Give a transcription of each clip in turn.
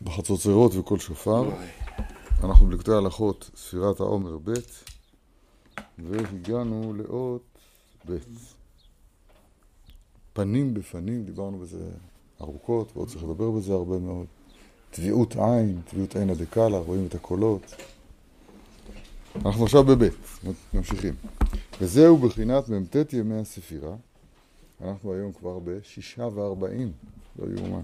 בחצוצרות וכל שופר. אנחנו בליקוטי הלכות ספירת העומר ב' והגענו לאות ב'. פנים בפנים, דיברנו בזה ארוכות ועוד צריך לדבר בזה הרבה מאוד. טביעות עין, טביעות עין הדקלה, רואים את הקולות. אנחנו עכשיו בבית, ממשיכים. וזהו בחינת ממתת ימי הספירה. אנחנו היום כבר ב-46, לא יאומן.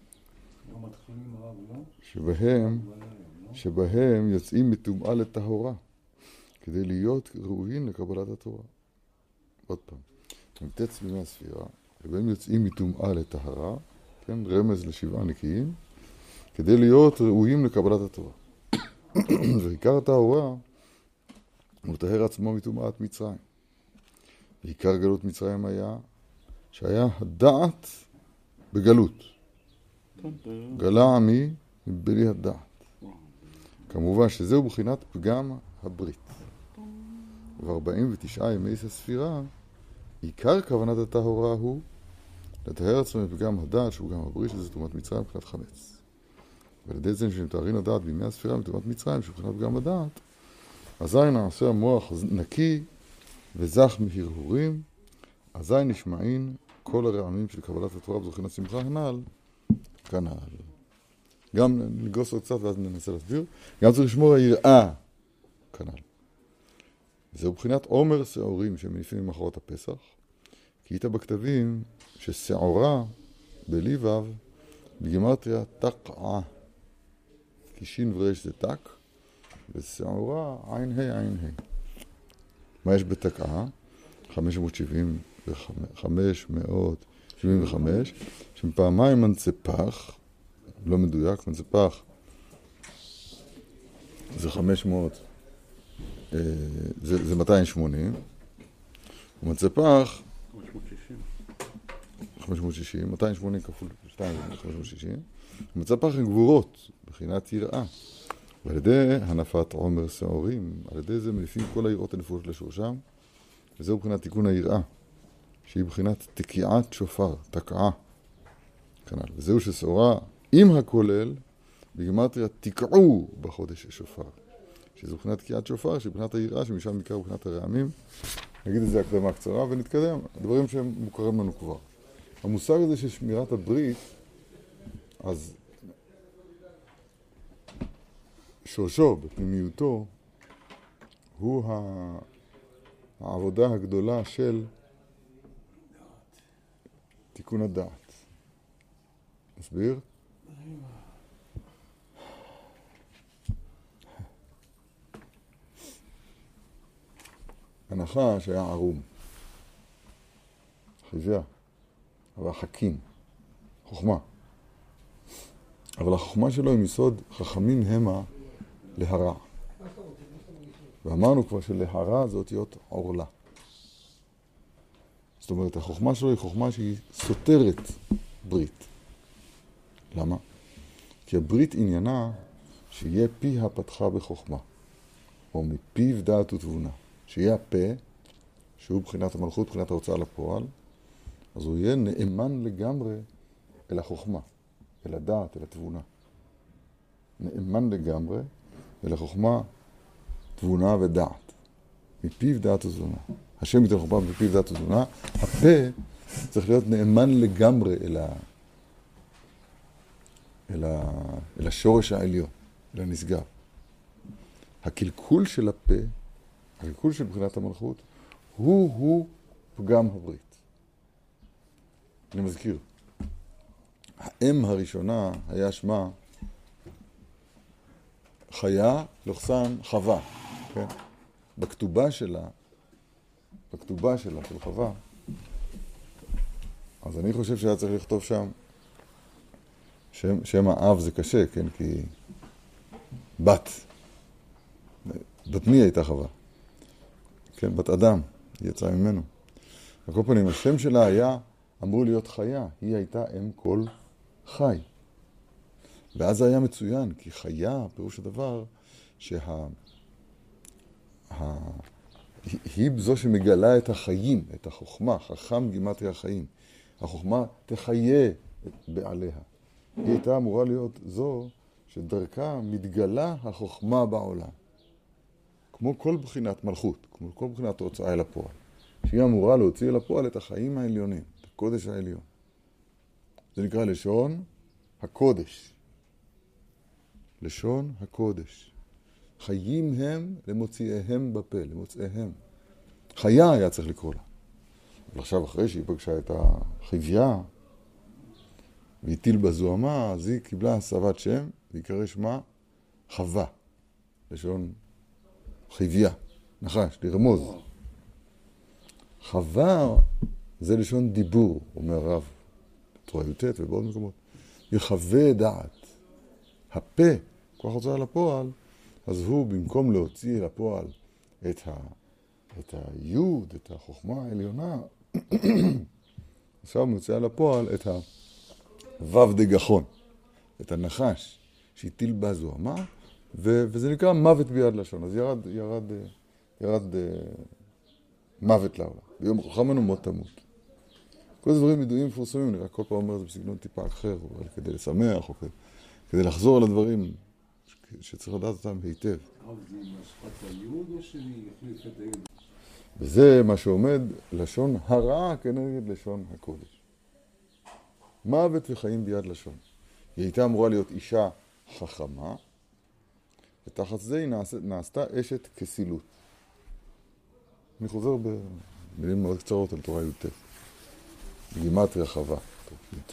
שבהם יוצאים מטומאה לטהורה, כדי להיות ראויים לקבלת התורה. עוד פעם, ממתת ימי הספירה, שבהם יוצאים מטומאה לטהרה, כן, רמז לשבעה נקיים, כדי להיות ראויים לקבלת התורה. ועיקר הטהורה הוא לטהר עצמו מטומאת מצרים. ועיקר גלות מצרים היה שהיה הדעת בגלות. גלה עמי מבלי הדעת. כמובן שזהו בחינת פגם הברית. ו49 ימי הספירה, עיקר כוונת הטהורה הוא לטהר עצמו מפגם הדעת, שהוא גם הברית, שזה טומאת מצרים מבחינת חמץ. ועל ידי זה שמתארין הדעת בימי הספירה מטומאת מצרים, שהוא מבחינת פגם הדעת, אזי נעשה המוח נקי וזך מהרהורים, אזי נשמעין כל הרעמים של קבלת התורה בזכין השמחה הנ"ל, כנ"ל. גם נגוס עוד קצת ואז ננסה להסביר. גם צריך לשמור היראה, כנ"ל. זהו בחינת עומר שעורים שמניפים ממחרות הפסח, כי איתה בכתבים ששעורה בלי וו בגימטריה תקעה. כי שין ורש זה תק, ושעורה עין ה' עין ה'. מה יש בתקעה? 575, שפעמיים מנצפח, לא מדויק, מנצפח זה 500, זה 280, ומנצפח 560, 280 כפול 2, 560, ומנצפח עם גבורות, בחינת יראה. ועל ידי הנפת עומר שעורים, על ידי זה מניפים כל היראות הנפולות לשורשם, וזהו בחינת תיקון היראה, שהיא בחינת תקיעת שופר, תקעה, כנ"ל. וזהו ששעורה עם הכולל, בגימטריה תקעו בחודש השופר, שזו בחינת תקיעת שופר, שהיא בחינת היראה, שמשם נקרא בחינת הרעמים. נגיד את זה הקדמה קצרה ונתקדם, הדברים שהם מוכרים לנו כבר. המושג הזה של שמירת הברית, אז שורשו בפנימיותו הוא העבודה הגדולה של תיקון הדעת. נסביר? הנחש היה ערום, חיוור, אבל חכים, חוכמה. אבל החוכמה שלו היא מסוד חכמים המה להרע. ואמרנו כבר שלהרע זאת להיות עורלה. זאת אומרת, החוכמה שלו היא חוכמה שהיא סותרת ברית. למה? כי הברית עניינה שיהיה פי הפתחה בחוכמה, או מפיו דעת ותבונה. שיהיה הפה, שהוא בחינת המלכות, בחינת ההוצאה לפועל, אז הוא יהיה נאמן לגמרי אל החוכמה, אל הדעת, אל התבונה. נאמן לגמרי אל החוכמה, תבונה ודעת. מפיו דעת ותבונה. השם ייתן חוכמה מפיו דעת ותבונה. הפה צריך להיות נאמן לגמרי אל השורש העליון, אל הנשגב. הקלקול של הפה, הקלקול של בחינת המלכות, הוא פגם הברית. אני מזכיר, האם הראשונה היה שמה חיה חווה, כן? בכתובה שלה של חווה, אז אני חושב שהיה צריך לכתוב שם שם האב זה קשה, כן? כי בת מי הייתה חווה? כן, בת אדם, היא יצאה ממנו. על כל פנים, השם שלה היה אמור להיות חיה, היא הייתה אם כל חי. ואז זה היה מצוין, כי חיה, פירוש הדבר, היא זו שמגלה את החיים, את החוכמה, חכם גימטריה החיים. החוכמה תחיה את בעליה. היא הייתה אמורה להיות זו שדרכה מתגלה החוכמה בעולם. כמו כל בחינת מלכות, כמו כל בחינת הוצאה אל הפועל. שהיא אמורה להוציא אל הפועל את החיים העליונים, את הקודש העליון. זה נקרא לשון הקודש. לשון הקודש. חיים הם למוציאיהם בפה, למוצאיהם. חיה היה צריך לקרוא לה. אבל עכשיו אחרי שהיא פגשה את החוויה, והטיל בזוהמה, אז היא קיבלה הסבת שם, ויקרא שמה חווה. לשון חוויה, נחש, לרמוז. חווה זה לשון דיבור, אומר הרב, בתורה י"ט ובעוד מקומות. יחווה דעת. הפה, כוח הוצאה לפועל, אז הוא במקום להוציא לפועל את היוד, את החוכמה העליונה, עכשיו מוציא לפועל את הוו דגחון, את הנחש שהטיל בזוהמה, וזה נקרא מוות ביד לשון. אז ירד מוות לעולם. ביום חכמנו מות תמות. כל הדברים ידועים מפורסמים, אני רק כל פעם אומר זה בסגנון טיפה אחר, או כדי לשמח, או כדי לחזור על הדברים שצריך לדעת אותם היטב. זה משפט היוד או שאני יחליף את היוד? וזה מה שעומד לשון הרע כנגד לשון הקודש. מוות וחיים ביד לשון. היא הייתה אמורה להיות אישה חכמה, ותחת זה היא נעשתה אשת כסילות. אני חוזר במילים מאוד קצרות על תורה י"ט. בגימטריה חווה, י"ט.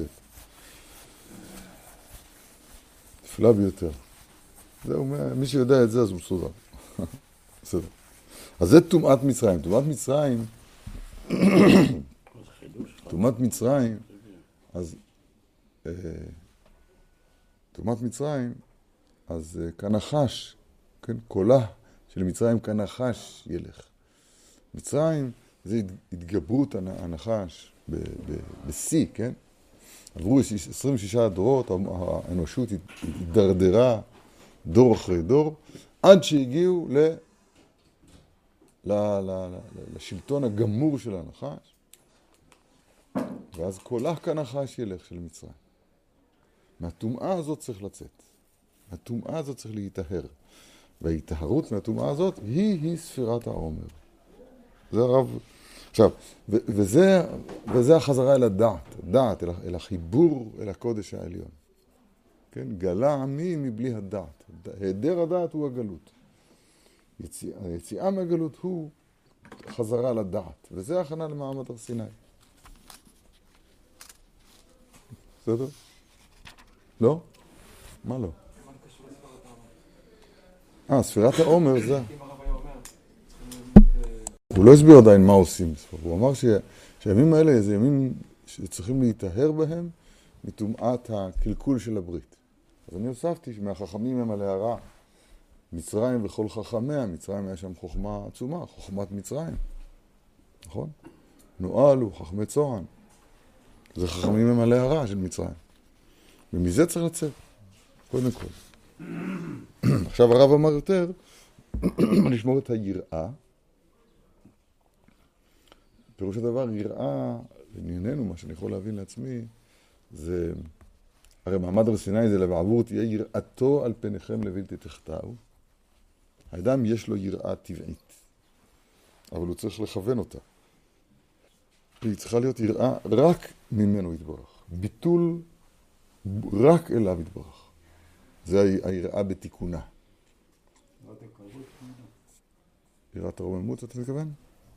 נפלא ביותר. זהו, מי שיודע את זה אז הוא מסודר. בסדר. אז זה טומאת מצרים. טומאת מצרים, אז טומאת מצרים, אז כנחש, כן, קולה של מצרים כנחש ילך. מצרים זה התגברות הנחש בשיא, כן? עברו 26 דורות, האנושות התדרדרה דור אחרי דור, עד שהגיעו לשלטון הגמור של הנחש, ואז קולה כנחש ילך של מצרים. מהטומאה הזאת צריך לצאת. מהטומאה הזאת צריך להיטהר. וההיטהרות מהטומאה הזאת היא ספירת העומר. זה הרב. עכשיו, וזה החזרה אל הדעת, אל החיבור, אל הקודש העליון. כן? גלה עמי מבלי הדעת. היעדר הדעת הוא הגלות. היציאה מהגלות הוא חזרה לדעת. וזה הכנה למעמד הר סיני. בסדר? לא? מה לא? ספירת העומר זה... הוא לא הסביר עדיין מה עושים. הוא אמר שהימים האלה זה ימים שצריכים להיטהר בהם מטומאת הקלקול של הברית. אז אני הוספתי שמהחכמים הם על הערה מצרים וכל חכמיה, מצרים היה שם חוכמה עצומה, חוכמת מצרים. נכון? נועלו, חכמי צוען. זה חכמים הם על הערה של מצרים. ומזה צריך לצאת, קודם כל. עכשיו הרב אמר יותר, נשמור את היראה. פירוש הדבר, יראה, לענייננו, מה שאני יכול להבין לעצמי, זה, הרי מעמד הר סיני זה לבעבור תהיה יראתו על פניכם לבלתי תחתהו. האדם יש לו יראה טבעית, אבל הוא צריך לכוון אותה. היא צריכה להיות יראה רק ממנו יתברך. ביטול רק אליו יתברך. זה היראה בתיקונה. יראת הרוממות, אתה מתכוון?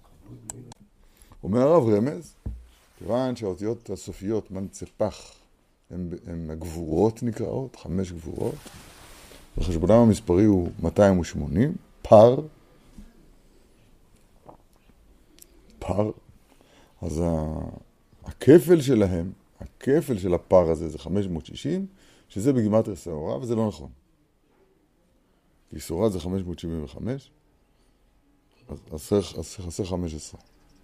אומר הרב רמז, כיוון שהאותיות הסופיות מנצפח הן הגבורות נקראות, 5 גבורות, וחשבונם המספרי הוא 280, פר, אז הכפל שלהם, הכפל של הפר הזה זה 560, שזה בגימטריה שעורה, וזה לא נכון. כי שעורה זה 575, אז חסר 15.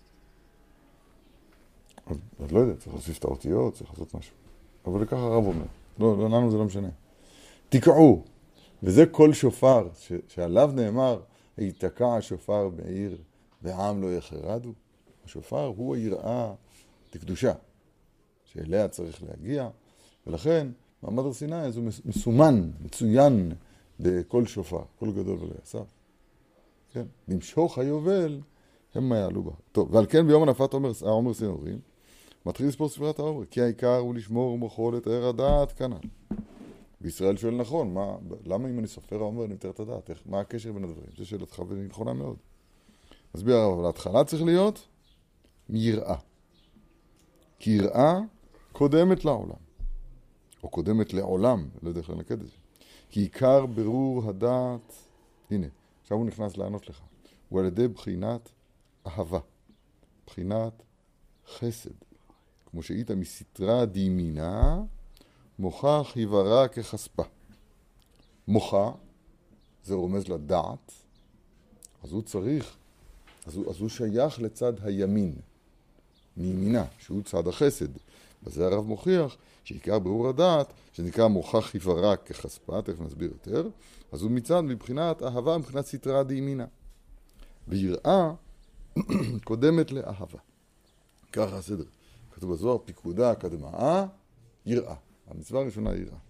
אז לא יודע, צריך להוסיף את האותיות, צריך לעשות משהו. אבל לכך הרב אומר. לא, לנו זה לא משנה. תקעו, וזה כל שופר, שעליו נאמר, היתקע השופר בעיר, והעם לא יחרדו. השופר הוא היראה לקדושה, שאליה צריך להגיע, ולכן מעמד הר סיני, אז הוא מסומן, מצוין בכל שופר, כל גדול ולא יסף. כן? למשוך היובל, הם מה יעלו בה. טוב, ועל כן ביום הנפת העומר סנהורים, מתחיל לספור ספירת העומר, כי העיקר הוא לשמור ומחול לתאר הדעת כנ"ל. וישראל שואל נכון, למה אם אני סופר העומר אני מתאר את הדעת? מה הקשר בין הדברים? זו שאלתך והיא נכונה מאוד. מסביר הרב, אבל ההתחלה צריך להיות מיראה. כי יראה קודמת לעולם. או קודמת לעולם, לא יודע איך לנקד את זה. כי עיקר ברור הדעת, הנה, עכשיו הוא נכנס לענות לך. הוא על ידי בחינת אהבה. בחינת חסד. כמו שהיית מסתרה דימינה, מוחה חיוורה כחספה. מוחה, זה רומז לדעת, אז הוא צריך, אז הוא שייך לצד הימין, מימינה, שהוא צד החסד. וזה הרב מוכיח שעיקר ברור הדעת, שנקרא מוחה חיוורה כחספה, תכף נסביר יותר, אז הוא מצד מבחינת אהבה, מבחינת סתרה דימינה. ויראה קודמת לאהבה. ככה הסדר. כתוב בזוהר, פיקודה קדמאה, יראה. המצווה הראשונה היא יראה.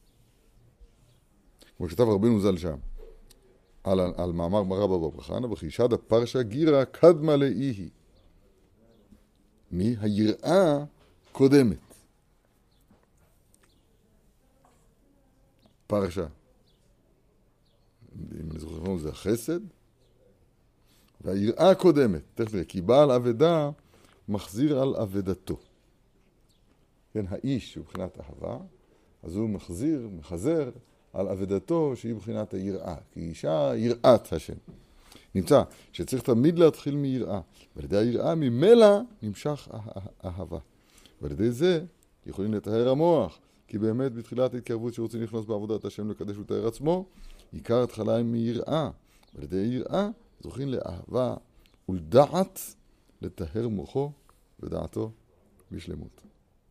כמו שכתב רבינו ז"ל שם, על מאמר מרא בבא בר חנא, וכי שדא פרשא גירא קדמא לאיהי. היראה קודמת. פרשא. אם אני זוכר זה החסד. והיראה קודמת. תכף נראה, כי בעל אבדה מחזיר על אבדתו. כן, האיש הוא בחינת אהבה, אז הוא מחזר על אבדתו שהיא בחינת היראה. כי אישה יראת השם. נמצא שצריך תמיד להתחיל מיראה. ועל ידי היראה ממילא נמשך אהבה. ועל ידי זה יכולים לטהר המוח. כי באמת בתחילת ההתקרבות שרוצים לכנוס בעבודת השם לקדש ולטהר עצמו, עיקר התחלה היא מיראה. ועל ידי היראה זוכים לאהבה ולדעת לטהר מוחו ודעתו בשלמות.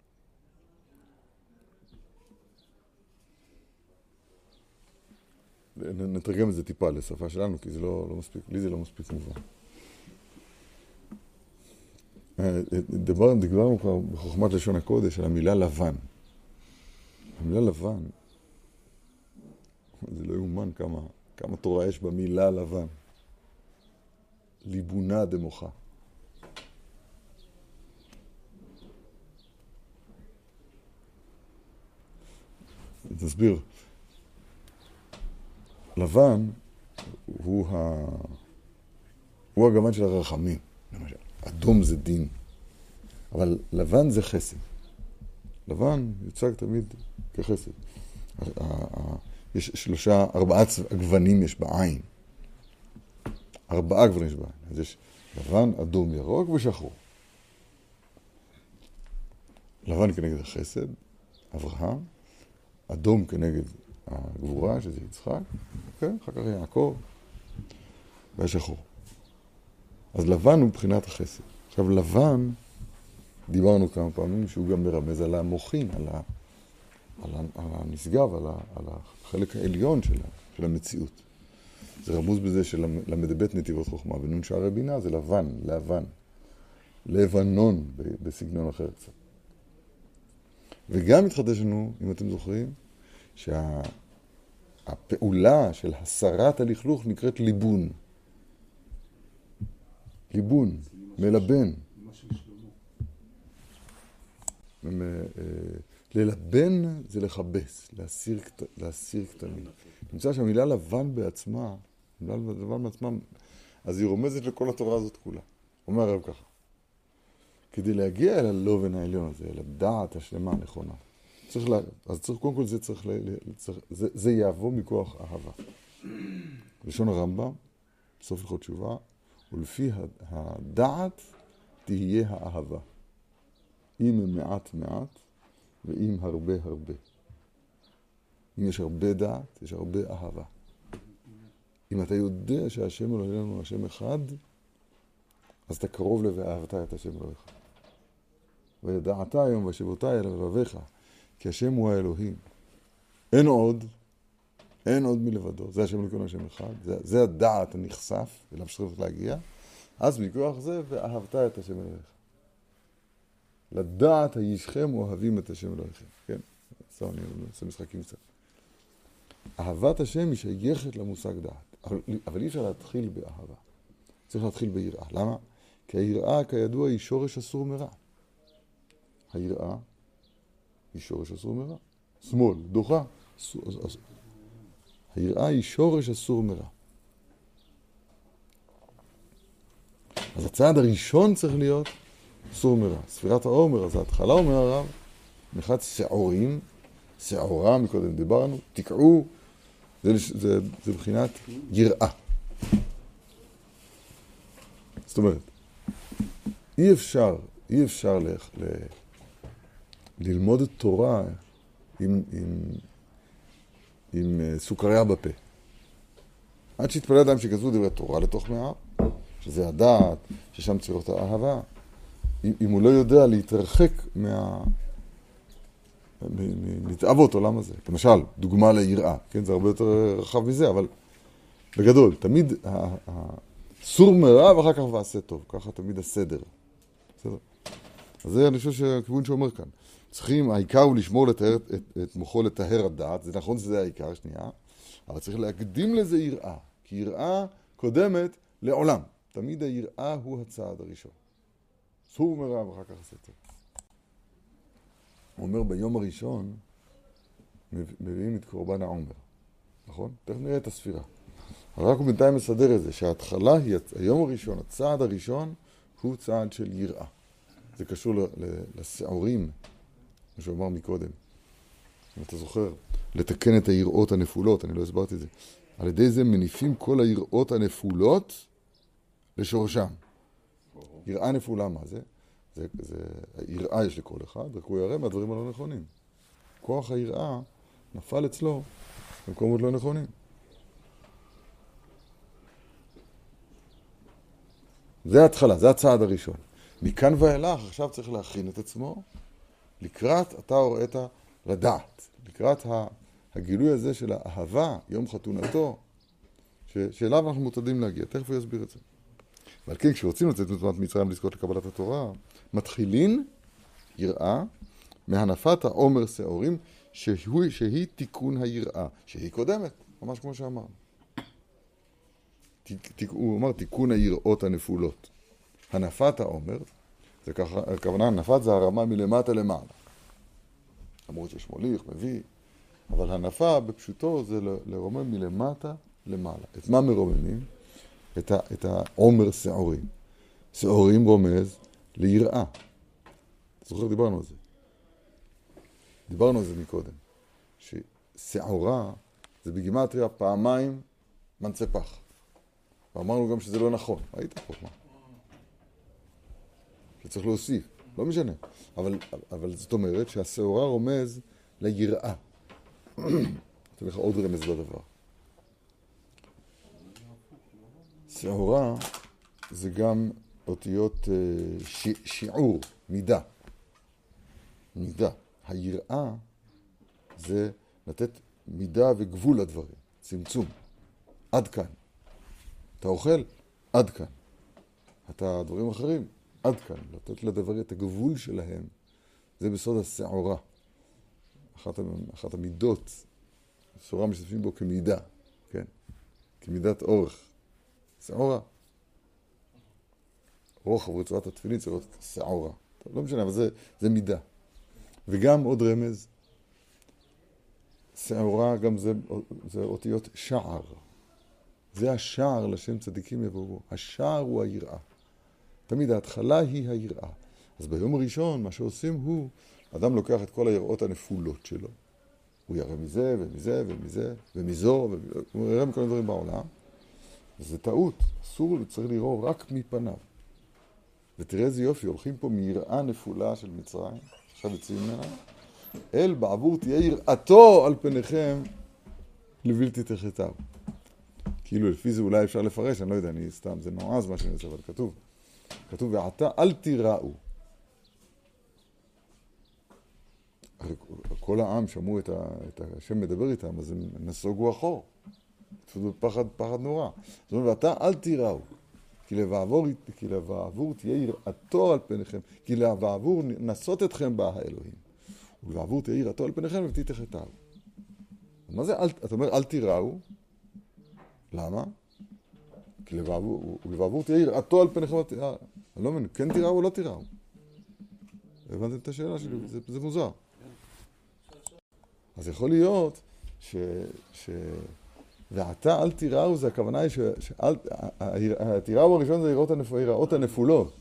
נתרגם את זה טיפה לשפה שלנו, כי זה לא מספיק, לי זה לא מספיק מובן. דיברנו כבר בחוכמת לשון הקודש על המילה לבן. המילה לבן, זה לא יאומן כמה תורה יש במילה לבן. ליבונה דמוחה. תסביר. לבן הוא הגוון של הרחמים, למשל. אדום זה דין. אבל לבן זה חסד. לבן יוצג תמיד כחסד. יש 4 גוונים יש בעין. 4 גוונים יש בעין. אז יש לבן, אדום, ירוק ושחור. לבן כנגד החסד, אברהם. אדום כנגד הגבורה, שזה יצחק. אוקיי? אחר כך יעקב. והשחור. אז לבן הוא מבחינת החסד. עכשיו לבן, דיברנו כמה פעמים שהוא גם מרמז על המוחין, על הנשגב, על החלק העליון של המציאות. זה רמוז בזה שלמדבט נתיבות חוכמה, ונון שערי בינה זה לבן, לבנון בסגנון אחר קצת. וגם התחדש לנו, אם אתם זוכרים, שהפעולה של הסרת הלכלוך נקראת ליבון. ליבון, מלבן. ללבן זה לחבס, להסיר כתמים. נמצא שהמילה לבן בעצמה, אז היא רומזת לכל התורה הזאת כולה. אומר הרב ככה, כדי להגיע אל הלובן העליון הזה, אל הדעת השלמה הנכונה, אז צריך, קודם כל זה יעבור מכוח אהבה. לשון הרמב"ם, בסוף הלכות תשובה, ולפי הדעת תהיה האהבה. אם מעט מעט, ואם הרבה הרבה. אם יש הרבה דעת, יש הרבה אהבה. אם אתה יודע שהשם אלוהינו הוא השם אחד, אז אתה קרוב ל"ואהבת את השם אלוהיך". וידעת היום והשבותי אל לבביך, כי השם הוא האלוהים. אין עוד מלבדו. זה השם אלוהינו השם אחד. זה הדעת הנחשף, אליו שצריך להגיע. אז מכוח זה, ואהבת את השם אלוהיך. לדעת הישכם אוהבים את השם אלוהיכם. כן? סתם, אני עושה משחקים קצת. אהבת השם היא שייכת למושג דעת, אבל אי אפשר להתחיל באהבה. צריך להתחיל ביראה. למה? כי היראה, כידוע, היא שורש אסור מרע. היראה היא שורש אסור מרע. שמאל, דוחה. היראה היא שורש אסור מרע. אז הצעד הראשון צריך להיות אסור מרע. ספירת העומר, אז ההתחלה אומר הרב, נחת שעורים, שעורה, מקודם דיברנו, תקעו, זה בחינת יראה. זאת אומרת, אי אפשר ללמוד את תורה עם סוכריה בפה. עד שהתפלל אדם שכזו דברי תורה לתוך מעיו, שזה הדעת, ששם צריכות האהבה. אם הוא לא יודע להתרחק מתאוות עולם הזה. למשל, דוגמה ליראה, כן? זה הרבה יותר רחב מזה, אבל בגדול, תמיד סור מרע ואחר כך ועשה טוב. ככה תמיד הסדר. בסדר? אז זה אני חושב שהכיוון שאומר כאן. צריכים, העיקר הוא לשמור את מוחו לטהר הדעת, זה נכון שזה העיקר, שנייה, אבל צריך להקדים לזה יראה, כי יראה קודמת לעולם. תמיד היראה הוא הצעד הראשון. סור מרע ואחר כך עשה טוב. הוא אומר ביום הראשון מביאים את קורבן העומר, נכון? תכף נראה את הספירה. אבל רק הוא בינתיים מסדר את זה, שההתחלה היא, היום הראשון, הצעד הראשון הוא צעד של יראה. זה קשור לשעורים, מה שאומר מקודם. אם אתה זוכר, לתקן את היראות הנפולות, אני לא הסברתי את זה. על ידי זה מניפים כל היראות הנפולות לשורשם. יראה נפולה, מה זה? יראה יש לכל אחד, רק הוא יראה מהדברים הלא נכונים. כוח היראה נפל אצלו במקומות לא נכונים. זה ההתחלה, זה הצעד הראשון. מכאן ואילך עכשיו צריך להכין את עצמו לקראת אתה הוראית לדעת, לקראת הגילוי הזה של האהבה, יום חתונתו, שאליו אנחנו מותדים להגיע. תכף הוא יסביר את זה. ועל כן, כשרוצים לצאת מתומת מצרים לזכות לקבלת התורה, מתחילין יראה מהנפת העומר שעורים, שהיא תיקון היראה, שהיא קודמת, ממש כמו שאמרנו. הוא אמר תיקון היראות הנפולות. הנפת העומר, זה ככה, הכוונה, הנפת זה הרמה מלמטה למעלה. למרות שיש מוליך, מביא, אבל הנפה בפשוטו זה לרומם מלמטה למעלה. את מה מרוממים? את העומר שעורים. שעורים רומז ליראה. זוכר, דיברנו על זה. דיברנו על זה מקודם. ששעורה זה בגימטריה פעמיים מנצפח. ואמרנו גם שזה לא נכון. ראית פה מה? שצריך להוסיף. לא משנה. אבל זאת אומרת שהשעורה רומז ליראה. אתן לך עוד רמז בדבר. שעורה זה גם אותיות שיעור, מידה. מידה. היראה זה לתת מידה וגבול לדברים. צמצום. עד כאן. אתה אוכל? עד כאן. אתה דברים אחרים? עד כאן. לתת לדבר את הגבול שלהם. זה בסוד השעורה. אחת המידות. השעורה משתתפים בו כמידה. כן? כמידת אורך. שעורה. רוחב רצועת התפילין צריך להיות שעורה. טוב, לא משנה, אבל זה מידה. וגם עוד רמז, שעורה גם זה אותיות שער. זה השער לשם צדיקים יבואו בו. השער הוא היראה. תמיד ההתחלה היא היראה. אז ביום הראשון מה שעושים הוא, אדם לוקח את כל היראות הנפולות שלו. הוא יראה מזה ומזה ומזה ומזו, הוא יראה מכל הדברים בעולם. זה טעות, אסור צריך לראות רק מפניו. ותראה איזה יופי, הולכים פה מיראה נפולה של מצרים, עכשיו יוצאים ממנה, אל בעבור תהיה יראתו על פניכם לבלתי תחתיו. כאילו לפי זה אולי אפשר לפרש, אני לא יודע, אני סתם, זה נועז מה שאני עושה, אבל כתוב ועתה אל תיראו. כל העם שמעו את השם מדבר איתם, אז הם נסוגו אחור. פחד נורא. זאת אומרת, ואתה אל תיראו, כי לבעבור תהיה יראתו על פניכם, כי לבעבור נסות אתכם בה האלוהים. ובעבור תהיה יראתו על פניכם ותתחתיו. מה זה, אתה אומר, אל תיראו? למה? כי לבעבור תהיה יראתו על פניכם ותתחתיו. אני לא מבין, כן תיראו או לא תיראו? הבנתם את השאלה שלי? זה מוזר. אז יכול להיות ועתה אל תיראו, זה הכוונה היא התיראו הראשון זה היראות הנפולות.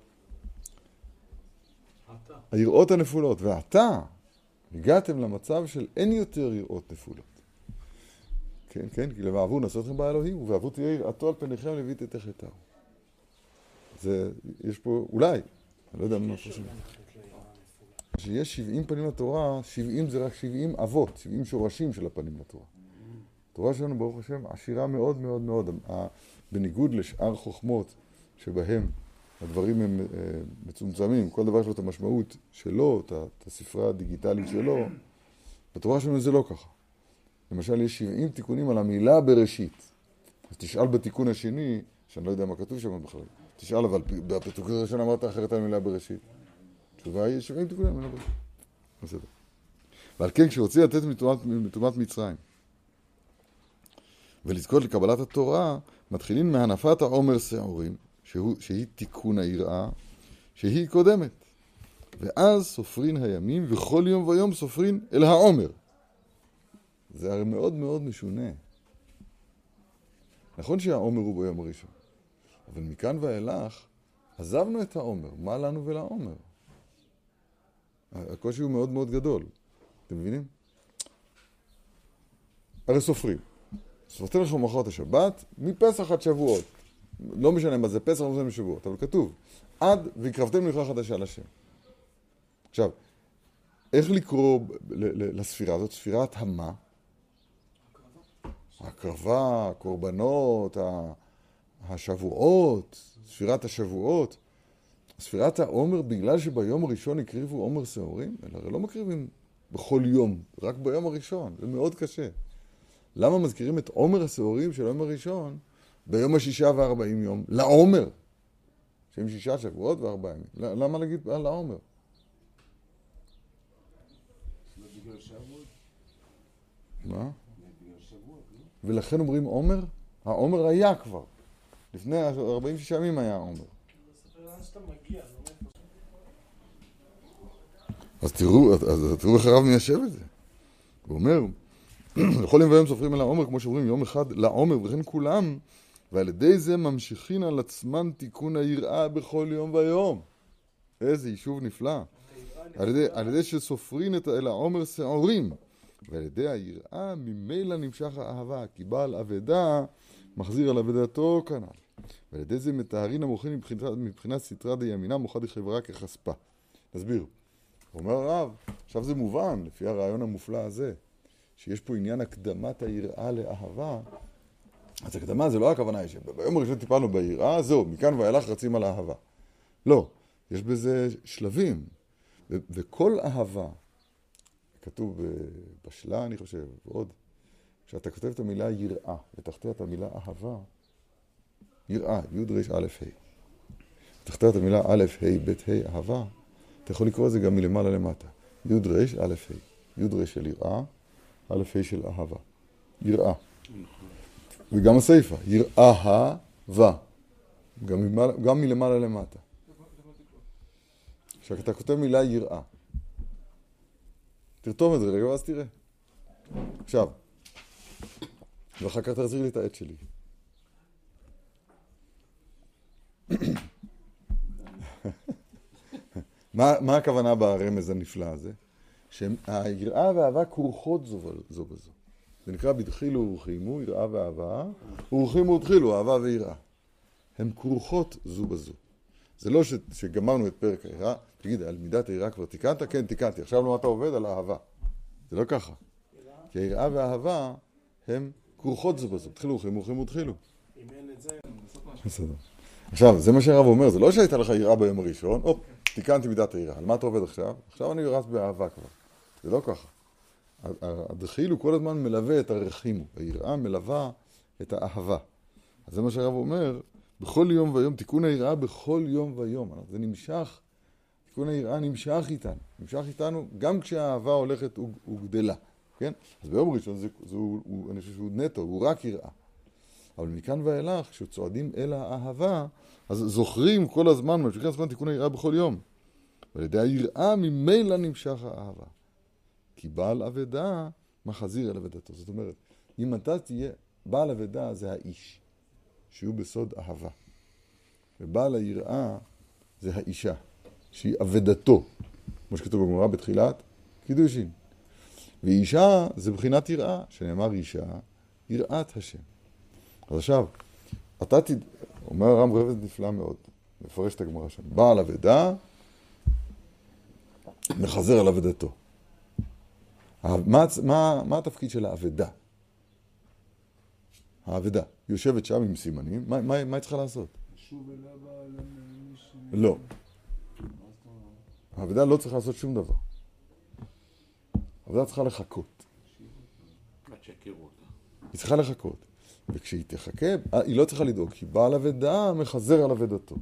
היראות הנפולות. ועתה הגעתם למצב של אין יותר יראות נפולות. כן, כן, כי לבעבור נעשה אתכם באלוהים, ובעבור תהיה יראתו על פניכם לבית את החטאו. זה, יש פה, אולי, אני לא יודע מה חושבים. שיש 70 פנים לתורה, 70 זה רק 70 אבות, 70 שורשים של הפנים לתורה. התורה שלנו, ברוך השם, עשירה מאוד מאוד מאוד. בניגוד לשאר חוכמות שבהם הדברים הם מצומצמים, כל דבר יש לו את המשמעות שלו, את הספרה הדיגיטלית שלו. בתורה שלנו זה לא ככה. למשל, יש 70 תיקונים על המילה בראשית. אז תשאל בתיקון השני, שאני לא יודע מה כתוב שם בכלל. תשאל, אבל בתיקון הראשון אמרת אחרת על המילה בראשית. התשובה היא 70 תיקונים על המילה בראשית. בסדר. ועל כן, כשרוצים לתת מטומאת מצרים, ולזכות לקבלת התורה, מתחילים מהנפת העומר שעורים, שהיא תיקון היראה, שהיא קודמת. ואז סופרין הימים, וכל יום ויום סופרין אל העומר. זה הרי מאוד מאוד משונה. נכון שהעומר הוא ביום הראשון, אבל מכאן ואילך עזבנו את העומר. מה לנו ולעומר? הקושי הוא מאוד מאוד גדול. אתם מבינים? הרי סופרים. סופרתם לכם מחרת השבת, מפסח עד שבועות. לא משנה מה זה פסח, לא משנה משבועות, אבל כתוב, עד והקרבתם לכלל חדשה לשם. עכשיו, איך לקרוא לספירה הזאת? ספירת המה? הקרבה, הקורבנות, השבועות, ספירת השבועות. ספירת העומר, בגלל שביום הראשון הקריבו עומר שעורים, אלא הרי לא מקריבים בכל יום, רק ביום הראשון, זה מאוד קשה. למה מזכירים את עומר השעורים של היום הראשון ביום ה6 ו40 יום? לעומר, שהם 6 שבועות ו4 ימים. למה להגיד על העומר? מה? ולכן אומרים עומר? העומר היה כבר. לפני 46 ימים היה העומר. אז תראו איך הרב מיישב את זה. הוא אומר, לכל יום ויום סופרים אל העומר, כמו שאומרים, יום אחד לעומר, וכן כולם, ועל ידי זה ממשיכים על עצמן תיקון היראה בכל יום ויום. איזה יישוב נפלא. על ידי שסופרים אל העומר שעורים, ועל ידי היראה ממילא נמשך האהבה, כי בעל אבדה מחזיר על אבדתו כנ"ל. ועל ידי זה מתארין המוחין מבחינת סתרא דימינה מוחד לחברה כחספה. נסביר. אומר הרב, עכשיו זה מובן, לפי הרעיון המופלא הזה, שיש פה עניין הקדמת היראה לאהבה. אז הקדמה זה לא הכוונה היא שביום הראשון טיפלנו ביראה, זהו, מכאן ואילך רצים על האהבה. לא, יש בזה שלבים. וכל אהבה, כתוב בשלה, אני חושב, ועוד, כשאתה כותב את המילה יראה, ותחתיה את המילה אהבה, יראה, י' ר' א' ה'. תחתיה את המילה א' ה' ב' ה' אהבה, אתה יכול לקרוא את זה גם מלמעלה למטה. י' ר' א' ה'. י' ר' של יראה, א' ה' של אהבה. יראה. וגם הסייפה, יראה הווה. גם מלמעלה למטה. כשאתה כותב מילה יראה. תרתום את זה רגע ואז תראה. עכשיו, ואחר כך תחזיר לי את העט שלי. מה הכוונה ברמז הנפלא הזה? שהיראה והאהבה כרוכות זו בזו. זה נקרא בדחילו ורחימו, יראה ואהבה, ורחימו ודחילו, אהבה ויראה. הן כרוכות זו בזו. זה לא שגמרנו את פרק היראה, תגיד, על מידת היראה כבר תיקנת? כן, תיקנתי. עכשיו למה אתה עובד? על האהבה. זה לא ככה. כי היראה והאהבה הן כרוכות זו בזו. תחילו ורחימו, ורחימו ודחילו. אם אין את זה, לעשות משהו. בסדר. עכשיו, זה מה שהרב אומר, זה לא שהייתה לך יראה ביום הראשון, תיקנתי מידת היראה. על מה אתה עובד עכשיו? עכשיו אני רץ באהבה כבר. זה לא ככה. הדחילו כל הזמן מלווה את הרחימו. היראה מלווה את האהבה. אז זה מה שהרב אומר, בכל יום ויום, תיקון היראה בכל יום ויום. זה נמשך, תיקון היראה נמשך איתנו, גם כשהאהבה הולכת וגדלה, כן? אז ביום ראשון אני חושב שהוא נטו, הוא רק יראה. אבל מכאן ואילך, כשצועדים אל האהבה, אז זוכרים כל הזמן, ממשיכים הזמן תיקון היראה בכל יום. ועל ידי היראה ממילא נמשך האהבה. כי בעל אבדה מחזיר אל אבדתו. זאת אומרת, אם אתה תהיה, בעל אבדה זה האיש, שהוא בסוד אהבה. ובעל היראה זה האישה, שהיא אבדתו, כמו שכתוב בגמרא בתחילת קידושין. ואישה זה בחינת יראה, שנאמר אישה, יראת השם. אז עכשיו, אומר הרב רבד נפלא מאוד, מפרש את הגמרא שם. בעל אבדה מחזר על אבדתו. מה התפקיד של האבדה? האבדה יושבת שם עם סימנים, מה היא צריכה לעשות? שוב אליה בעל לא. האבדה לא צריכה לעשות שום דבר. האבדה צריכה לחכות. עד שיכירו אותה. היא צריכה לחכות. וכשהיא תחכה, היא לא צריכה לדאוג, כי בעל אבדה מחזר על אבדתו.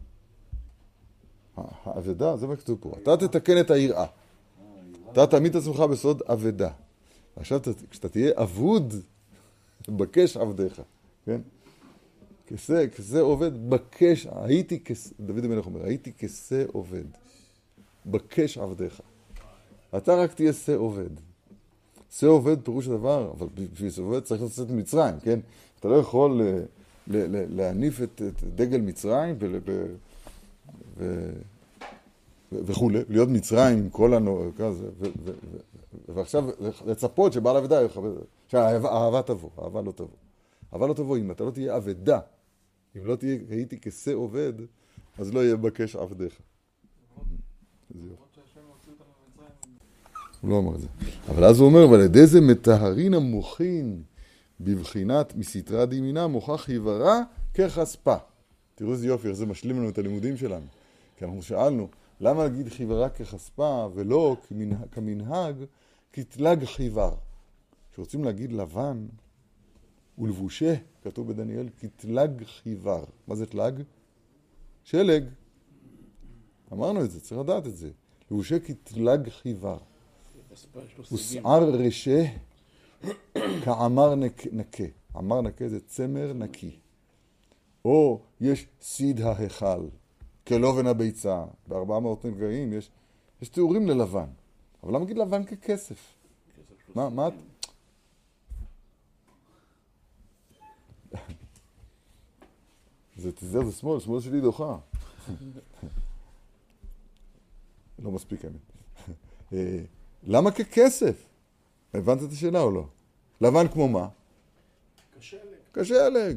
האבדה, זה מה כתוב פה. אתה תתקן את היראה. אתה תעמיד את עצמך בסוד אבדה. עכשיו, כשאתה תהיה אבוד, בקש עבדיך. כן? כזה עובד, בקש, דוד המלך אומר, הייתי כזה עובד. בקש עבדיך. אתה רק תהיה שא עובד. שא עובד פירוש הדבר, אבל בשביל שא עובד צריך לצאת ממצרים, כן? אתה לא יכול להניף את דגל מצרים וכו', להיות מצרים עם כל כזה, ועכשיו לצפות שבעל אבדה יכבד, שהאהבה תבוא, האהבה לא תבוא. האהבה לא תבוא, אם אתה לא תהיה אבדה, אם לא תהיה, הייתי כסא עובד, אז לא יהיה בקש עבדיך. הוא לא אמר את זה. אבל אז הוא אומר, ועל ידי זה מטהרין המוחין בבחינת מסתרה דימינה מוכח היברה כחספה. תראו איזה יופי, איך זה משלים לנו את הלימודים שלנו. כי אנחנו שאלנו, למה להגיד חיברה כחספה ולא כמנהג כתלג חיבר? כשרוצים להגיד לבן ולבושה, כתוב בדניאל, כתלג חיבר. מה זה תלג? שלג. אמרנו את זה, צריך לדעת את זה. לבושה כתלג חיבר. ושער רשה כעמר נקה. עמר נקה זה צמר נקי. או יש סיד ההיכל, כלובן הביצה. ב-400 נפגעים יש תיאורים ללבן. אבל למה נגיד לבן ככסף? מה? זה שמאל שלי דוחה. לא מספיק האמת. למה ככסף? הבנת את השאלה או לא? לבן כמו מה? כשלג.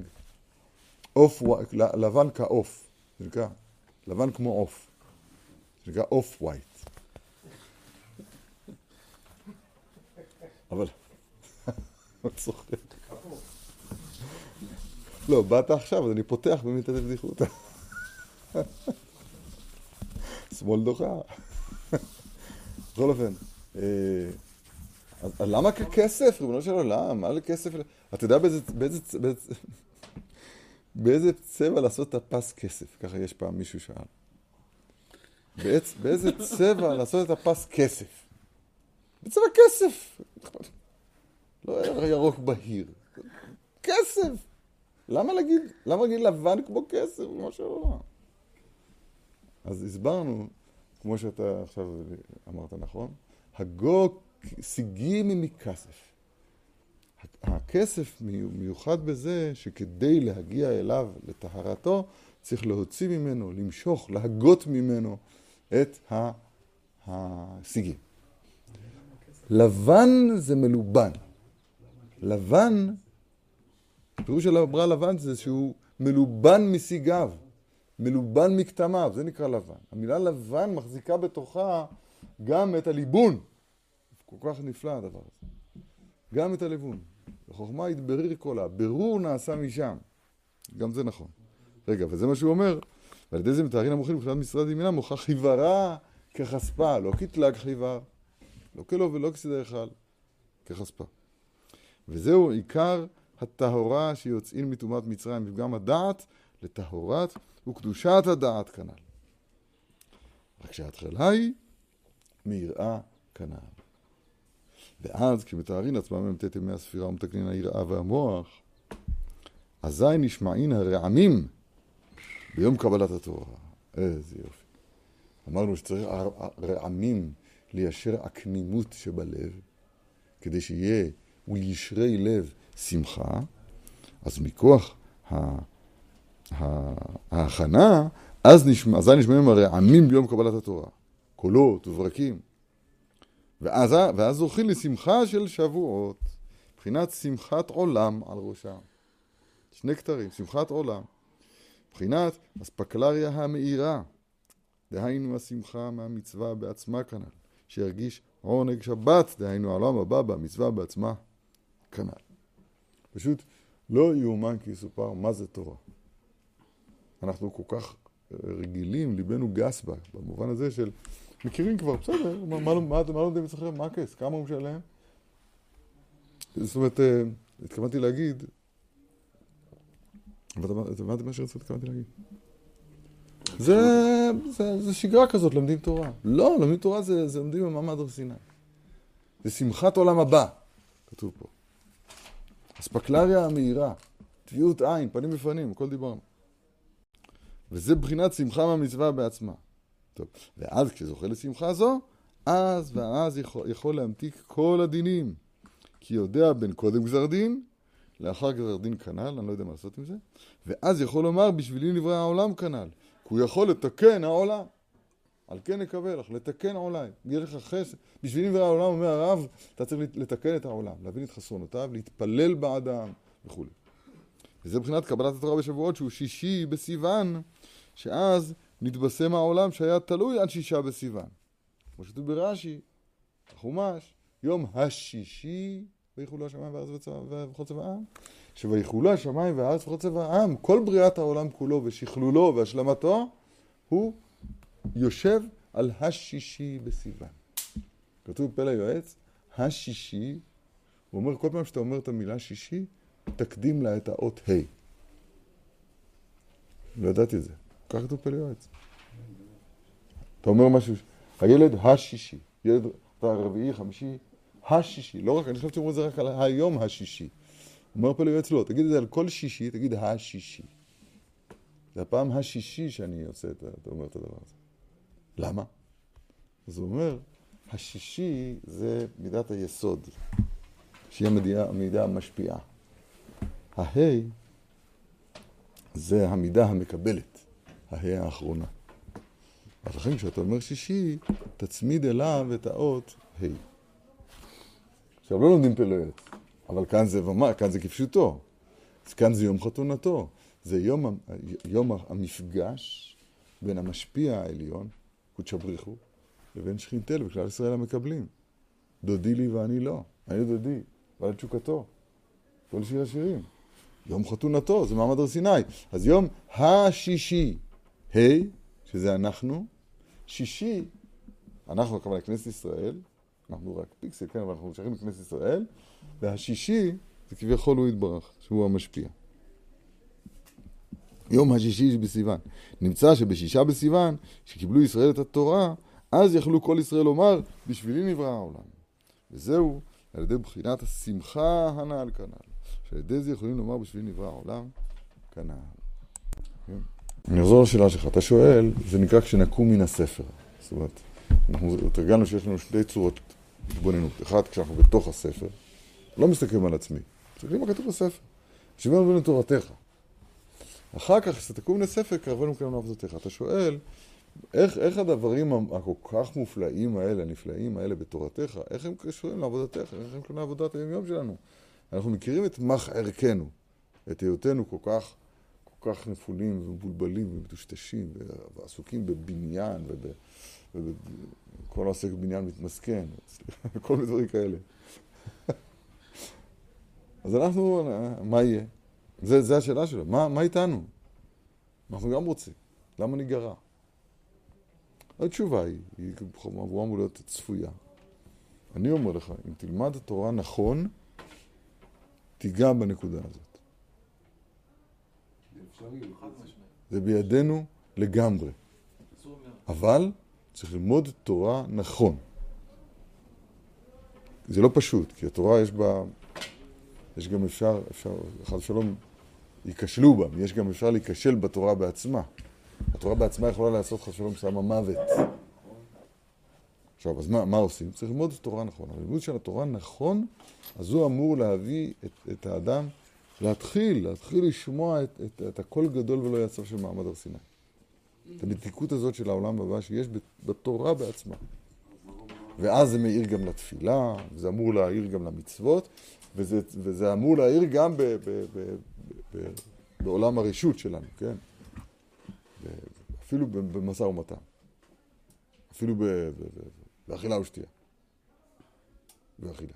לבן כאוף. זה נקרא, לבן כמו עוף. זה נקרא אוף ווייט. אבל, מה צוחק? לא, באת עכשיו, אז אני פותח באמת את הבדיחות. שמאל דוחה. בכל אופן. אז למה ככסף? ריבונו של עולם, מה לכסף? אתה יודע באיזה צבע לעשות את הפס כסף? ככה יש פעם מישהו שאל. באיזה צבע לעשות את הפס כסף? בצבע כסף. לא ירוק בהיר. כסף. למה להגיד לבן כמו כסף? ריבונו של עולם. אז הסברנו, כמו שאתה עכשיו אמרת נכון, הגו סיגימי מכסף. הכסף מיוחד בזה שכדי להגיע אליו, לטהרתו, צריך להוציא ממנו, למשוך, להגות ממנו את הסיגים. לבן זה מלובן. לבן, פירוש של הברא לבן זה שהוא מלובן מסיגיו, מלובן מכתמיו, זה נקרא לבן. המילה לבן מחזיקה בתוכה גם את הליבון. כל כך נפלא הדבר הזה. גם את הליבון. החוכמה התברר קולה, ברור נעשה משם. גם זה נכון. רגע, וזה מה שהוא אומר. ועל ידי זה מטהרין המוחין מבחינת משרד ימינה מוכח חיברה כחספה, לא כתלג חיבר, לא כלא ולא כסיד ההיכל, כחספה. וזהו עיקר הטהורה שיוצאים מטומאת מצרים, מפגם הדעת לטהורת וקדושת הדעת כנ"ל. רק שההתחלה היא מיראה כנען. ואז כשמתארין עצמם ממתת ימי הספירה ומתקנין היראה והמוח, אזי נשמעין הרעמים ביום קבלת התורה. איזה יופי. אמרנו שצריך רעמים ליישר עקמימות שבלב, כדי שיהיה ולישרי לב שמחה. אז מכוח ההכנה, אזי נשמעים הרעמים ביום קבלת התורה. קולות וברקים. ואז זוכים לשמחה של שבועות, מבחינת שמחת עולם על ראשם. שני כתרים, שמחת עולם. מבחינת אספקלריה המאירה, דהיינו השמחה מהמצווה בעצמה כנ"ל, שירגיש עונג שבת, דהיינו העולם הבא במצווה בעצמה כנ"ל. פשוט לא יאומן כי יסופר מה זה תורה. אנחנו כל כך רגילים, ליבנו גס בה, במובן הזה של מכירים כבר, בסדר, מה לומדים אצלכם? מה הכס? כמה הוא משלם? זאת אומרת, התכוונתי להגיד, הבנתי מה שהתכוונתי להגיד. זה שגרה כזאת, למדים תורה. לא, למדים תורה זה לומדים במעמד הר סיני. זה שמחת עולם הבא, כתוב פה. אספקלריה המאירה, טביעות עין, פנים בפנים, הכל דיברנו. וזה בחינת שמחה מהמצווה בעצמה. טוב, ואז כשזוכה לשמחה זו, ואז יכול להמתיק כל הדינים. כי יודע בין קודם גזר דין, לאחר גזר דין כנ"ל, אני לא יודע מה לעשות עם זה, ואז יכול לומר בשבילי נברא העולם כנ"ל. כי הוא יכול לתקן העולם. על כן נקווה לך, לתקן העולם. יהיה לך חסד. בשבילי נברא העולם, אומר הרב, אתה צריך לתקן את העולם, להבין את חסרונותיו, להתפלל בעדם וכו'. וזה בחינת קבלת התורה בשבועות, שהוא 6 בסיוון, שאז נתבשם העולם שהיה תלוי עד 6 בסיוון. כמו שכתוב ברש"י, החומש, יום השישי, ויחולו השמיים והארץ וכל צבאם, שויחולו השמיים והארץ וכל צבאם, כל בריאת העולם כולו ושכלולו והשלמתו, הוא יושב על השישי בסיוון. כתוב פלא יועץ, השישי, הוא אומר כל פעם שאתה אומר את המילה שישי, תקדים לה את האות ה'. לא ידעתי את זה. כך כתוב פלא יועץ. אתה אומר משהו, הילד השישי, ילד הרביעי, חמישי, השישי. לא רק, אני חושב שאומרים את זה רק על היום השישי. אומר פלא יועץ לא, תגיד את זה על כל שישי, תגיד השישי. זה הפעם השישי שאני עושה אתה אומר את הדבר הזה. למה? אז הוא אומר, השישי זה מידת היסוד, שהיא המידה המשפיעה. ההי זה המידה המקבלת, ההי האחרונה. אז לכן כשאתה אומר שישי, תצמיד אליו את האות ה'. עכשיו לא לומדים פלא יועץ, אבל כאן זה כפשוטו. אז כאן זה יום חתונתו. זה יום המפגש בין המשפיע העליון, קודש בריחו, לבין שכינתל וכלל ישראל המקבלים. דודי לי ואני לא. אני דודי, ועל תשוקתו. כל שיר השירים. יום חתונתו, זה מעמד הר סיני. אז יום השישי, שזה אנחנו, שישי, אנחנו כמובן לכנסת ישראל, אנחנו רק פיקסל, כן, אבל אנחנו שייכים לכנסת ישראל, והשישי זה כביכול הוא יתברך, שהוא המשפיע. יום השישי בסיוון. נמצא שבשישה בסיוון, שקיבלו ישראל את התורה, אז יכלו כל ישראל לומר, בשבילי נברא העולם. וזהו על ידי בחינת השמחה הנעל כנעל. שעל ידי זה יכולים לומר בשבילי נברא העולם כנעל. כן? אני אחזור לשאלה שלך. אתה שואל, זה נקרא כשנקום מן הספר. זאת אומרת, אנחנו תרגלנו שיש לנו שתי צורות התבוננות. אחת, כשאנחנו בתוך הספר, לא מסתכלים על עצמי. מסתכלים מה כתוב בספר. שוויון בין תורתך. אחר כך, כשתקום מן הספר, קרבנו כלנו עבודתך. אתה שואל, איך הדברים הכל כך מופלאים האלה, הנפלאים האלה בתורתך, איך הם קשורים לעבודתך, איך הם קשורים לעבודת היום-יום שלנו? אנחנו מכירים את מח ערכנו, את היותנו כל כך נפולים ומבולבלים ומטושטשים ועסוקים בבניין וכל העוסק בבניין מתמסכן, כל מיני דברים כאלה. אז אנחנו, מה יהיה? זה השאלה שלו, מה איתנו? אנחנו גם רוצים, למה ניגרע? התשובה היא אמורה להיות צפויה. אני אומר לך, אם תלמד התורה נכון, תיגע בנקודה הזאת. זה בידינו לגמרי. אבל צריך ללמוד תורה נכון. זה לא פשוט, כי התורה יש בה, יש גם אפשר, חס ושלום, ייכשלו בה, יש גם אפשר להיכשל בתורה בעצמה. התורה בעצמה יכולה לעשות חס ושלום שמה מוות. עכשיו, אז מה עושים? צריך ללמוד את התורה נכון. הלימוד של התורה נכון, אז הוא אמור להביא את האדם, להתחיל לשמוע את הקול גדול ולא יעצב של מעמד הר סיני. את המתיקות הזאת של העולם הבא שיש בתורה בעצמה. ואז זה מאיר גם לתפילה, וזה אמור להעיר גם למצוות, וזה אמור להעיר גם בעולם הרשות שלנו, כן? אפילו במשא ומתן. אפילו באכילה ושתייה. באכילה.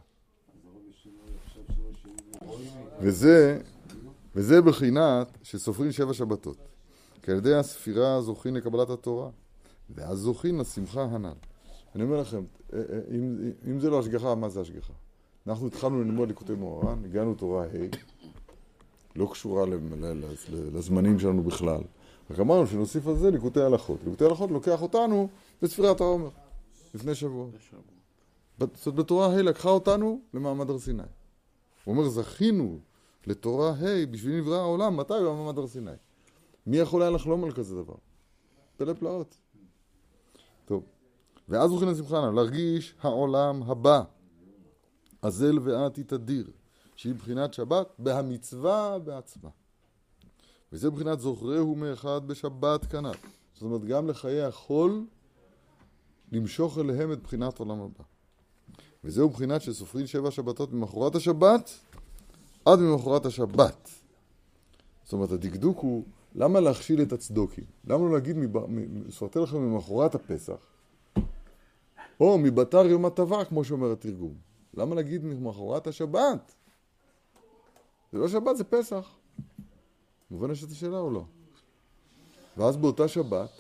וזה בחינת שסופרים 7 שבתות. כי על ידי הספירה זוכים לקבלת התורה, ואז זוכים לשמחה הנ"ל. אני אומר לכם, אם זה לא השגחה, מה זה השגחה? אנחנו התחלנו ללמוד ליקוטי מוהר"ן, הגענו תורה ה', לא קשורה לזמנים שלנו בכלל. רק אמרנו שנוסיף על זה ליקוטי הלכות. ליקוטי הלכות לוקח אותנו בספירת העומר, לפני שבוע. זאת בתורה ה' לקחה אותנו למעמד הר סיני. הוא אומר, זכינו לתורה ה' בשביל נברא העולם, מתי במעמד הר סיני? מי יכול היה לחלום על כזה דבר? פלא פלאות. טוב. ואז זוכים לשמחה, להרגיש העולם הבא, אזל ועתי תדיר, שהיא בחינת שבת בהמצווה בעצמה. וזה בחינת זוכרהו מאחד בשבת כנ"ל. זאת אומרת, גם לחיי החול, למשוך אליהם את בחינת עולם הבא. וזהו בחינת שסופרים 7 שבתות ממחרת השבת, עד ממחרת השבת. זאת אומרת, הדקדוק הוא, למה להכשיל את הצדוקים? למה לא להגיד, ספרתי לכם ממחרת הפסח, או מבתר יום הטבע, כמו שאומר התרגום. למה להגיד ממחרת השבת? זה לא שבת, זה פסח. מובן יש את השאלה או לא? ואז באותה שבת,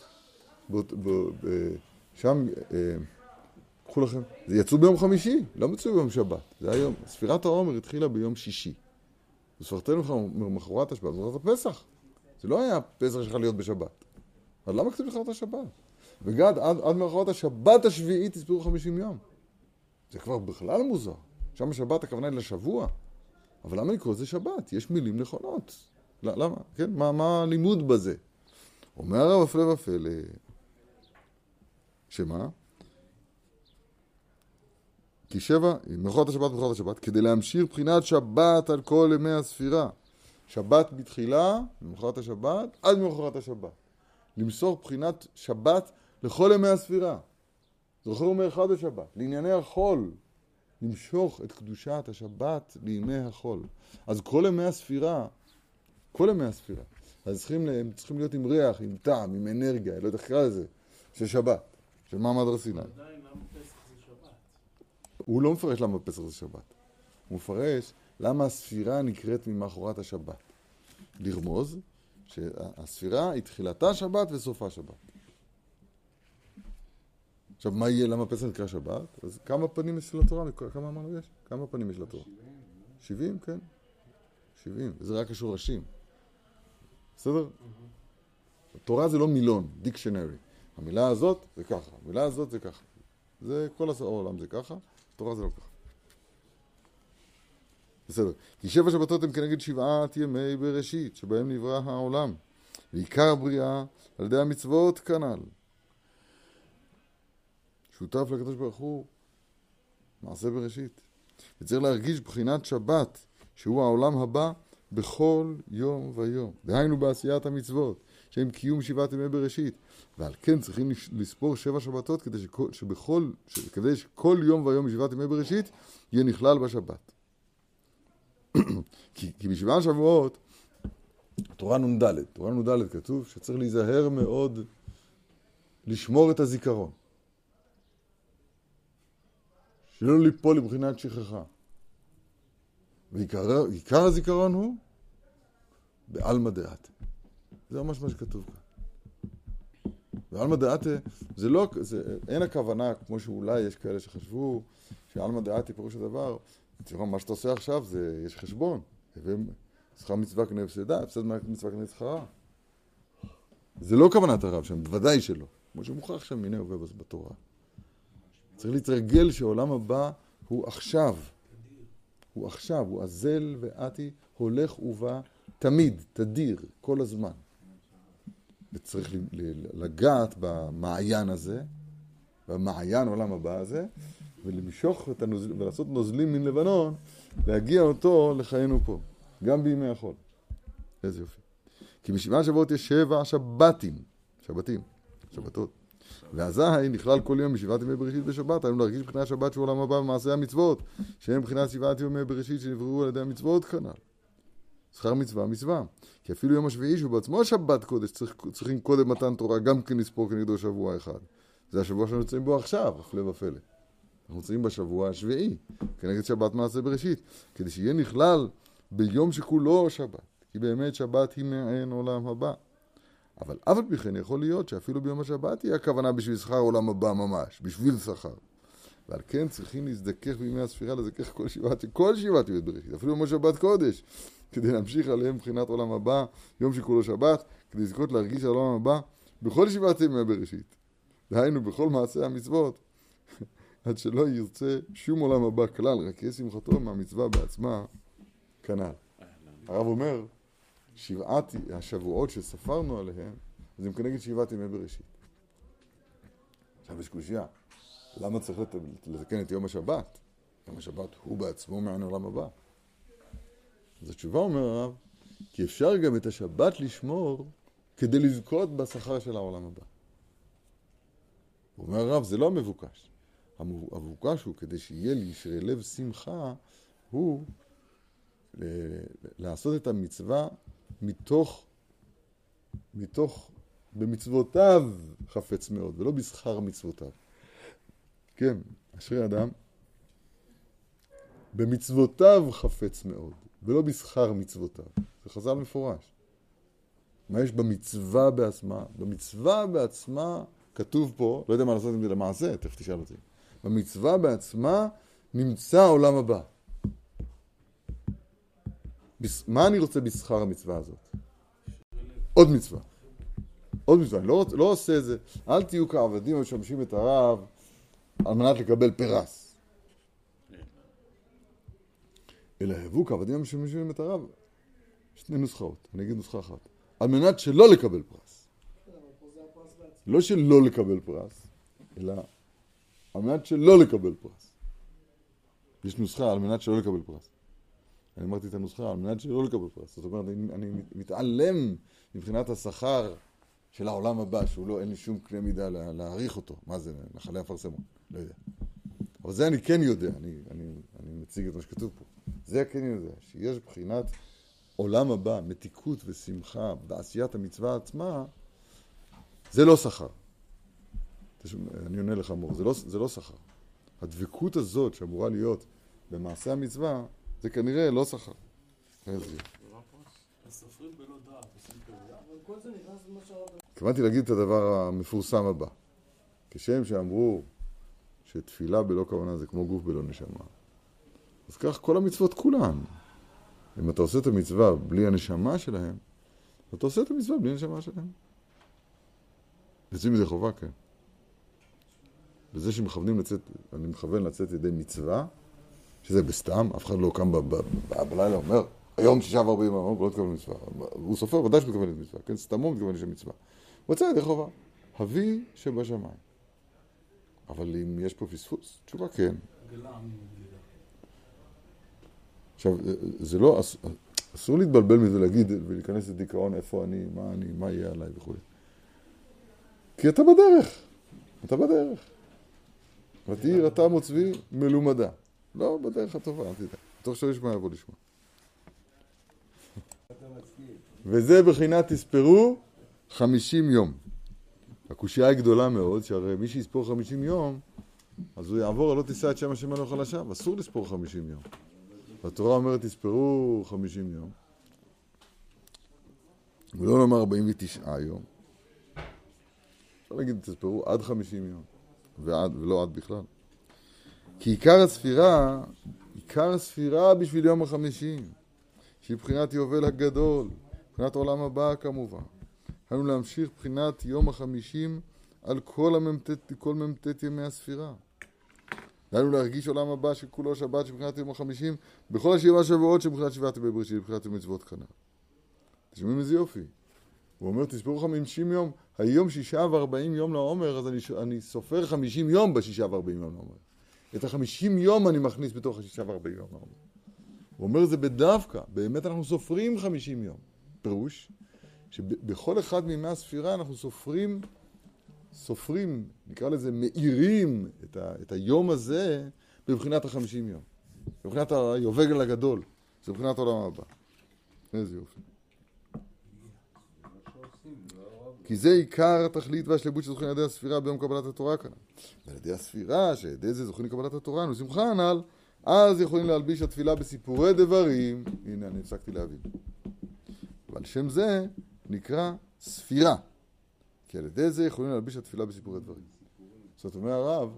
שם, קחו לכם, זה יצאו ביום חמישי, לא מצאו ביום שבת. זה היום, ספירת העומר התחילה ביום שישי. וספרתנו לך ממחרת השבת, זה הפסח. זה לא היה פסח שלך להיות בשבת. אז למה כתוב מחרת השבת? וגד, עד מחרת השבת השביעית תספרו 50 יום. זה כבר בכלל מוזר. שם השבת הכוונה היא לשבוע. אבל למה לקרוא זה שבת? יש מילים נכונות. למה? כן? מה הלימוד בזה? אומר הרב הפלא ופלא, שמה? כי 7, מחרת השבת, כדי להמשיך בחינת שבת על כל ימי הספירה. שבת בתחילה, ממחרת השבת, עד ממחרת השבת. למסור בחינת שבת לכל ימי הספירה. זוכרו מאחד בשבת, לענייני החול. למשוך את קדושת השבת לימי החול. אז כל ימי הספירה, אז צריכים להיות עם ריח, עם טעם, עם אנרגיה, לא יודע קרא לזה, של שבת, של מעמד הר סיני. עדיין למה פסח זה שבת? הוא לא מפרש למה פסח זה שבת. הוא מפרש למה הספירה נקראת ממחרת השבת. לרמוז שהספירה היא תחילתה שבת וסופה שבת. עכשיו, מה יהיה? למה פסח נקרא שבת? אז כמה פנים יש לתורה? כמה אמרנו יש? כמה פנים יש לתורה? 70, כן. 70, וזה רק השורשים. בסדר? התורה זה לא מילון, דיקשנרי. המילה הזאת זה ככה, המילה הזאת זה ככה. זה כל העולם זה ככה, התורה זה לא ככה. בסדר. כי 7 שבתות הם כנגד 7 ימי בראשית, שבהם נברא העולם. ועיקר הבריאה על ידי המצוות כנ"ל. שותף לקדוש ברוך הוא, מעשה בראשית. וצריך להרגיש בחינת שבת, שהוא העולם הבא, בכל יום ויום. דהיינו בעשיית המצוות, שהם קיום 7 ימי בראשית. ועל כן צריכים לספור 7 שבתות, כדי שכל יום ויום מ7 ימי בראשית, יהיה נכלל בשבת. כי ב7 שבועות, תורה נ"ד כתוב שצריך להיזהר מאוד לשמור את הזיכרון. שלא ליפול לבחינת שכחה. ועיקר הזיכרון הוא בעלמא דעתה. זה ממש מה שכתוב כאן. בעלמא דעתה, אין הכוונה, כמו שאולי יש כאלה שחשבו, שעלמא דעתה פירוש הדבר, תראו, מה שאתה עושה עכשיו יש חשבון. שכר מצווה כנגד הפסדה, הפסד מצווה כנגד שכרה. זה לא כוונת הרב שם, בוודאי שלא. כמו שמוכח שם מיני ובא בתורה. צריך להתרגל שעולם הבא הוא עכשיו. הוא עכשיו, הוא אזל ועתי, הולך ובא, תמיד, תדיר, כל הזמן. וצריך לגעת במעיין הזה, במעיין עולם הבא הזה, ולמשוך ולעשות נוזלים מן לבנון, להגיע אותו לחיינו פה, גם בימי החול. איזה יופי. כי בשבעה שבועות יש 7 שבתות. והזהי נכלל כל יום בשבעת ימי בראשית בשבת, היינו להרגיש מבחינת שבת שהוא עולם הבא במעשה המצוות, שהם מבחינת 7 ימי בראשית שנבראו על ידי המצוות כנ"ל. שכר מצווה, מצווה. כי אפילו יום השביעי שהוא בעצמו שבת קודש, צריכים קודם מתן תורה גם כן לספור כנגדו שבוע אחד. זה השבוע שאנחנו נמצאים בו עכשיו, הפלא ופלא. אנחנו נמצאים בשבוע השביעי, כנגד שבת מעשה בראשית, כדי שיהיה נכלל ביום שכולו שבת. כי באמת שבת היא מעין עולם הבא. אבל אף על פי כן יכול להיות שאפילו ביום השבת היא הכוונה בשביל שכר עולם הבא ממש, בשביל שכר. ועל כן צריכים להזדכך בימי הספירה, לזכך כל שבעת ימי בראשית, אפילו ביום שבת קודש, כדי להמשיך עליהם מבחינת עולם הבא, יום שכולו שבת, כדי לזכות להרגיש על עולם הבא, בכל שבעת ימי בראשית. דהיינו בכל מעשה המצוות, עד שלא ירצה שום עולם הבא כלל, רק יהיה שמחתו מהמצווה בעצמה כנ"ל. הרב אומר, 7 השבועות שספרנו עליהם, אז הם כנגד 7 ימי בראשית. עכשיו יש קושיה, למה צריך לתקן את יום השבת? יום השבת הוא בעצמו מעין עולם הבא. אז התשובה אומר הרב, כי אפשר גם את השבת לשמור כדי לזכות בשכר של העולם הבא. הוא אומר הרב, זה לא המבוקש. המבוקש הוא כדי שיהיה לי ישרי לב שמחה, הוא לעשות את המצווה במצוותיו חפץ מאוד, ולא בשכר מצוותיו. כן, אשרי אדם, במצוותיו חפץ מאוד, ולא בשכר מצוותיו. זה חז"ל מפורש. מה יש במצווה בעצמה? במצווה בעצמה כתוב פה, לא יודע מה לעשות עם זה למעשה, תכף תשאל אותי. במצווה בעצמה נמצא העולם הבא. מה אני רוצה בשכר המצווה הזאת? עוד מצווה. עוד מצווה. אני לא עושה את זה. אל תהיו כעבדים המשמשים את הרב על מנת לקבל פרס. אלא הבו כעבדים המשמשים את הרב. 2 נוסחאות. אני אגיד נוסחה אחת. על מנת שלא לקבל פרס. לא שלא לקבל פרס, אלא על מנת שלא לקבל פרס. יש נוסחה על מנת שלא לקבל פרס. אני אמרתי את הנוסחה על מנת שלא לקבל פרס. זאת אומרת, אני מתעלם מבחינת השכר של העולם הבא, שהוא לא, אין לי שום קנה מידה להעריך אותו. מה זה? נחלי הפרסמון. לא יודע. אבל זה אני כן יודע. אני מציג את מה שכתוב פה. זה כן יודע. שיש בחינת עולם הבא, מתיקות ושמחה בעשיית המצווה עצמה, זה לא שכר. אני עונה לך מור, זה לא שכר. הדבקות הזאת שאמורה להיות במעשה המצווה, זה כנראה לא שכר. הסופרים בלא דעת, עושים פעולה. אבל כל זה נכנס למה שהרב... התכוונתי להגיד את הדבר המפורסם הבא. כשם שאמרו שתפילה בלא כוונה זה כמו גוף בלא נשמה. אז כך כל המצוות כולן. אם אתה עושה את המצווה בלי הנשמה שלהם, אתה עושה את המצווה בלי הנשמה שלהם. יוצאים מזה חובה, כן. בזה שמכוונים לצאת, אני מכוון לצאת ידי מצווה, שזה בסתם, אף אחד לא קם בלילה, אומר, היום 6:40, הוא לא מתכוון למצווה. הוא סופר, ודאי שמתכוון למצווה, כן? סתמו מתכוון למצווה. הוא יוצא ידי חובה. הביא שבשמיים. אבל אם יש פה פספוס, תשובה כן. עכשיו, זה לא, אסור להתבלבל מזה להגיד ולהיכנס לדיכאון איפה אני, מה יהיה עליי וכו'. כי אתה בדרך. ותהי רתה מוצבי מלומדה. לא בדרך הטובה, אל תדע. תוך שיש מה יבוא לשמוע. וזה בחינת תספרו 50 יום. הקושיה היא גדולה מאוד, שהרי מי שיספור 50 יום, אז הוא יעבור, לא תישא את שם השם הלוך על השווא. אסור לספור 50 יום. התורה אומרת תספרו 50 יום. ולא נאמר 49 יום. אפשר להגיד תספרו עד 50 יום. ולא עד בכלל. כי עיקר הספירה בשביל יום ה-50, שהיא בחינת יובל הגדול, בחינת עולם הבא כמובן. היינו להמשיך בחינת יום ה-50 על כל ממתת ימי הספירה. דהיינו להרגיש עולם הבא שכולו שבת שבחינת יום ה-50, בכל השבעה שבועות שבחינת שבעת ימי בראשית, שבחינת יום מצוות כנ"ל. תשמעים איזה יופי. הוא אומר, תספרו 50 יום, היום 6 ו-40 יום לעומר, אז אני סופר 50 יום ב-6 ו-40 יום לעומר. את ה-50 יום אני מכניס בתוך ה-6 ו-40 יום לעומר. הוא אומר, זה בדווקא, באמת אנחנו סופרים 50 יום. פירוש, שבכל אחד מימי הספירה אנחנו סופרים, נקרא לזה, מאירים את היום הזה בבחינת ה-50 יום. בבחינת היובל הגדול. זה בבחינת העולם הבא. איזה יופי. כי זה עיקר התכלית והשלמות שזוכים על ידי הספירה ביום קבלת התורה כאן. ועל ידי הספירה, שעל ידי זה זוכים לקבלת התורה, ושמחה הנ"ל, אז יכולים להלביש התפילה בסיפורי דברים. הנה, אני הפסקתי להבין. ועל שם זה נקרא ספירה. כי על ידי זה יכולים להלביש התפילה בסיפורי דברים. זאת אומרת הרב,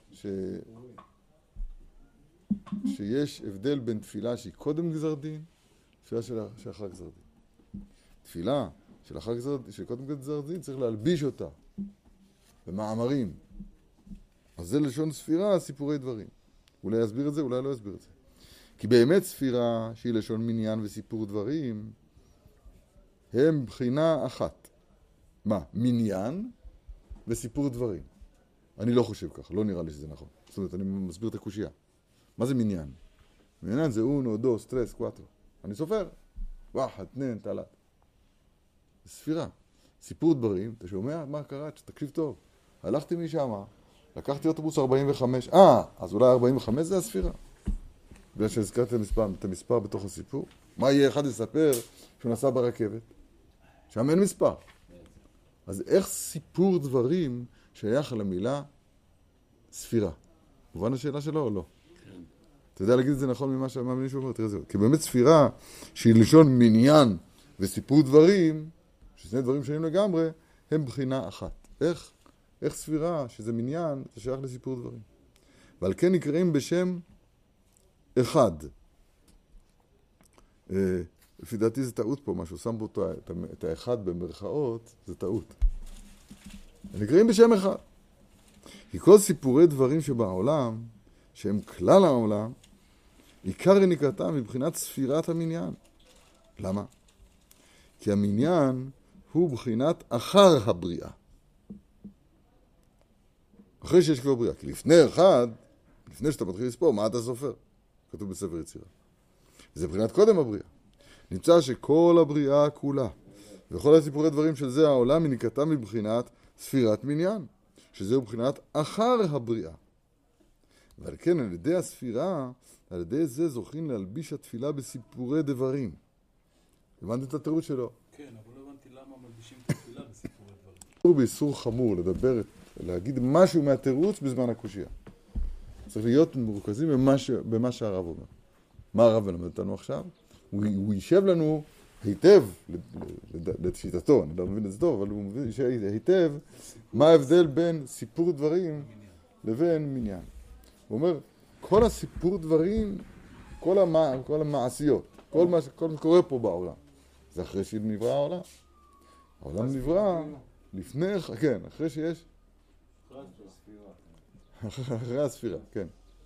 שיש הבדל בין תפילה שהיא קודם גזר דין, תפילה שאחר גזר דין. תפילה שקודם גזר דין צריך להלביש אותה במאמרים. אז זה לשון ספירה, סיפורי דברים. אולי יסביר את זה, אולי לא יסביר את זה. כי באמת ספירה שהיא לשון מניין וסיפור דברים, הם בחינה אחת. מה? מניין וסיפור דברים. אני לא חושב ככה, לא נראה לי שזה נכון. זאת אומרת, אני מסביר את הקושייה. מה זה מניין? מניין זה אונו, דוס, טרס, קואטרו. אני סופר. ואחד, תנן, תעלת. ספירה. סיפור דברים, אתה שומע? מה קרה? תקשיב טוב. הלכתי משם, לקחתי אוטובוס 45. אז אולי 45 זה הספירה. בגלל שהזכרתי את המספר בתוך הסיפור. מה יהיה אחד לספר שהוא נסע ברכבת? שם אין מספר. אז איך סיפור דברים שייך למילה ספירה? מובן השאלה שלו או לא? כן. אתה יודע להגיד את זה נכון ממה שהמאמינים שהוא אומר? תראה זה. כי באמת ספירה שהיא לשון מניין וסיפור דברים, ששני דברים שונים לגמרי, הם בחינה אחת. איך ספירה שזה מניין, זה שייך לסיפור דברים. ועל כן נקראים בשם אחד. לפי דעתי זה טעות פה, משהו, שם פה את האחד במרכאות, זה טעות. נקראים בשם אחד. כי כל סיפורי דברים שבעולם, שהם כלל העולם, עיקר נקראתם מבחינת ספירת המניין. למה? כי המניין הוא בחינת אחר הבריאה. אחרי שיש כבר בריאה. כי לפני שאתה מתחיל לספור, מה אתה סופר? כתוב בספר יצירה. זה בחינת קודם הבריאה. נמצא שכל הבריאה כולה, וכל הסיפורי דברים של זה העולם, היא נקראתם מבחינת ספירת מניין, שזהו בחינת אחר הבריאה. ועל כן, על ידי הספירה, על ידי זה זוכים להלביש התפילה בסיפורי דברים. הבנתי את התירוץ שלו? כן, אבל לא הבנתי למה מלבישים את התפילה בסיפורי דברים. הוא באיסור חמור להגיד משהו מהתירוץ בזמן הקושייה. צריך להיות מרוכזים במה שהרב אומר. מה הרב מלמד אותנו עכשיו? הוא יישב לנו היטב, לשיטתו, אני לא מבין את זה טוב, אבל הוא מבין היטב מה ההבדל בין סיפור דברים לבין מניין. הוא אומר, כל הסיפור דברים, כל המעשיות, כל מה שקורה פה בעולם, זה אחרי שנברא העולם. העולם נברא לפני, כן, אחרי שיש... אחרי הספירה, כן.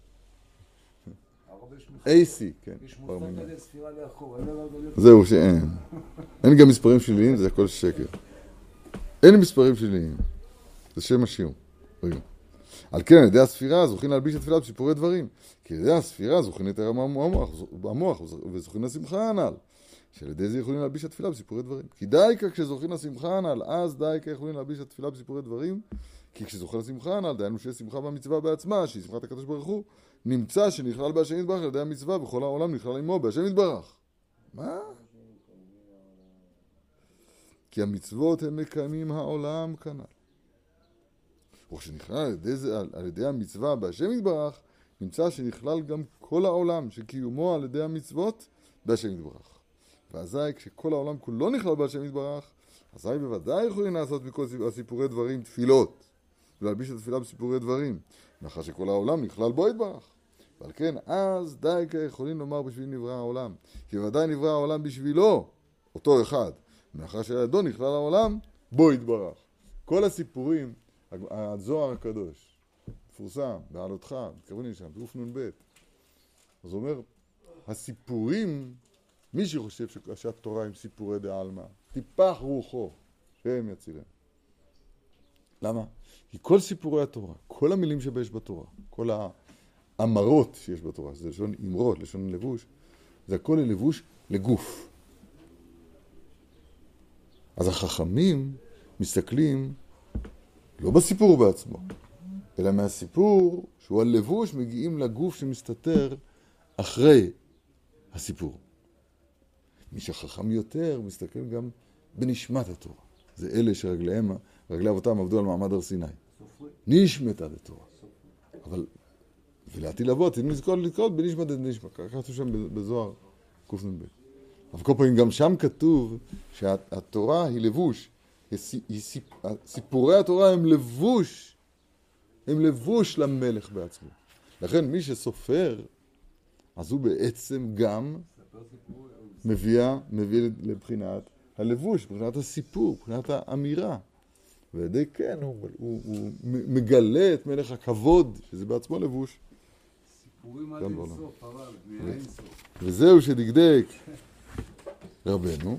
AC, כן. יש מושג כזה ספירה לאחור, זהו שאין. אין גם מספרים שליליים, זה הכל שקר. אין מספרים שליליים. זה שם השיעור. על כן, על ידי הספירה זוכים להלביש את התפילה בסיפורי דברים. כי על ידי הספירה זוכים יותר המוח וזוכים לשמחה הנ"ל. שעל ידי זה יכולים להלביש את התפילה בסיפורי דברים. כי דייקה כשזוכים לשמחה הנ"ל, אז דייקה יכולים להלביש את התפילה בסיפורי דברים. כי כשזוכים לשמחה הנ"ל, דיינו שיש שמחה במצווה בעצמה, שהיא שמחת הקדוש ברוך הוא, נמצא שנכלל בהשם יתברך על ידי המצווה, וכל העולם נכלל עמו בהשם יתברך. מה? כי המצוות הם מקיימים העולם כנ"ל. וכשנכלל על ידי המצווה בהשם יתברך, נמצא שנכלל גם כל העולם שקיומו על ידי המצוות בהשם יתברך. ואזי כשכל העולם כולו נכלל בהשם יתברך, אזי בוודאי יכולים לעשות מכל הסיפורי דברים תפילות, ולהלביש את התפילה בסיפורי דברים, מאחר שכל העולם נכלל בו יתברך. ועל כן, אז די יכולים לומר בשביל נברא העולם. כי ודאי נברא העולם בשבילו, אותו אחד. מאחר שלידו נכלל העולם, בו יתברך. כל הסיפורים הזוהר הקדוש, מפורסם, בעלותך, מתקרבים לשם, בגוף נ"ב. אז הוא אומר, הסיפורים, מי שחושב שהתורה עם סיפורי דעלמא, טיפח רוחו, שהם יצילם. למה? כי כל סיפורי התורה, כל המילים שיש בתורה, כל האמרות שיש בתורה, זה לשון אמרות, לשון לבוש, זה הכל לבוש לגוף. אז החכמים מסתכלים לא בסיפור בעצמו, אלא מהסיפור שהוא הלבוש מגיעים לגוף שמסתתר אחרי הסיפור. מי שחכם יותר מסתכל גם בנשמת התורה. זה אלה שרגלי אבותם עבדו על מעמד הר סיני. נשמתה לתורה. אבל, ולעתיד לבוא, תדעו לקרות בנשמת את נשמת. ככה כתוב שם בזוהר קנ"ב. אבל כל פעמים גם שם כתוב שהתורה היא לבוש. סיפורי התורה הם לבוש למלך בעצמו. לכן מי שסופר, אז הוא בעצם גם מביא לבחינת הלבוש, מבחינת הסיפור, מבחינת האמירה. ועדי כן הוא מגלה את מלך הכבוד, שזה בעצמו לבוש. סיפורים עד אינסוף, אבל בני אינסוף. וזהו שדקדק רבנו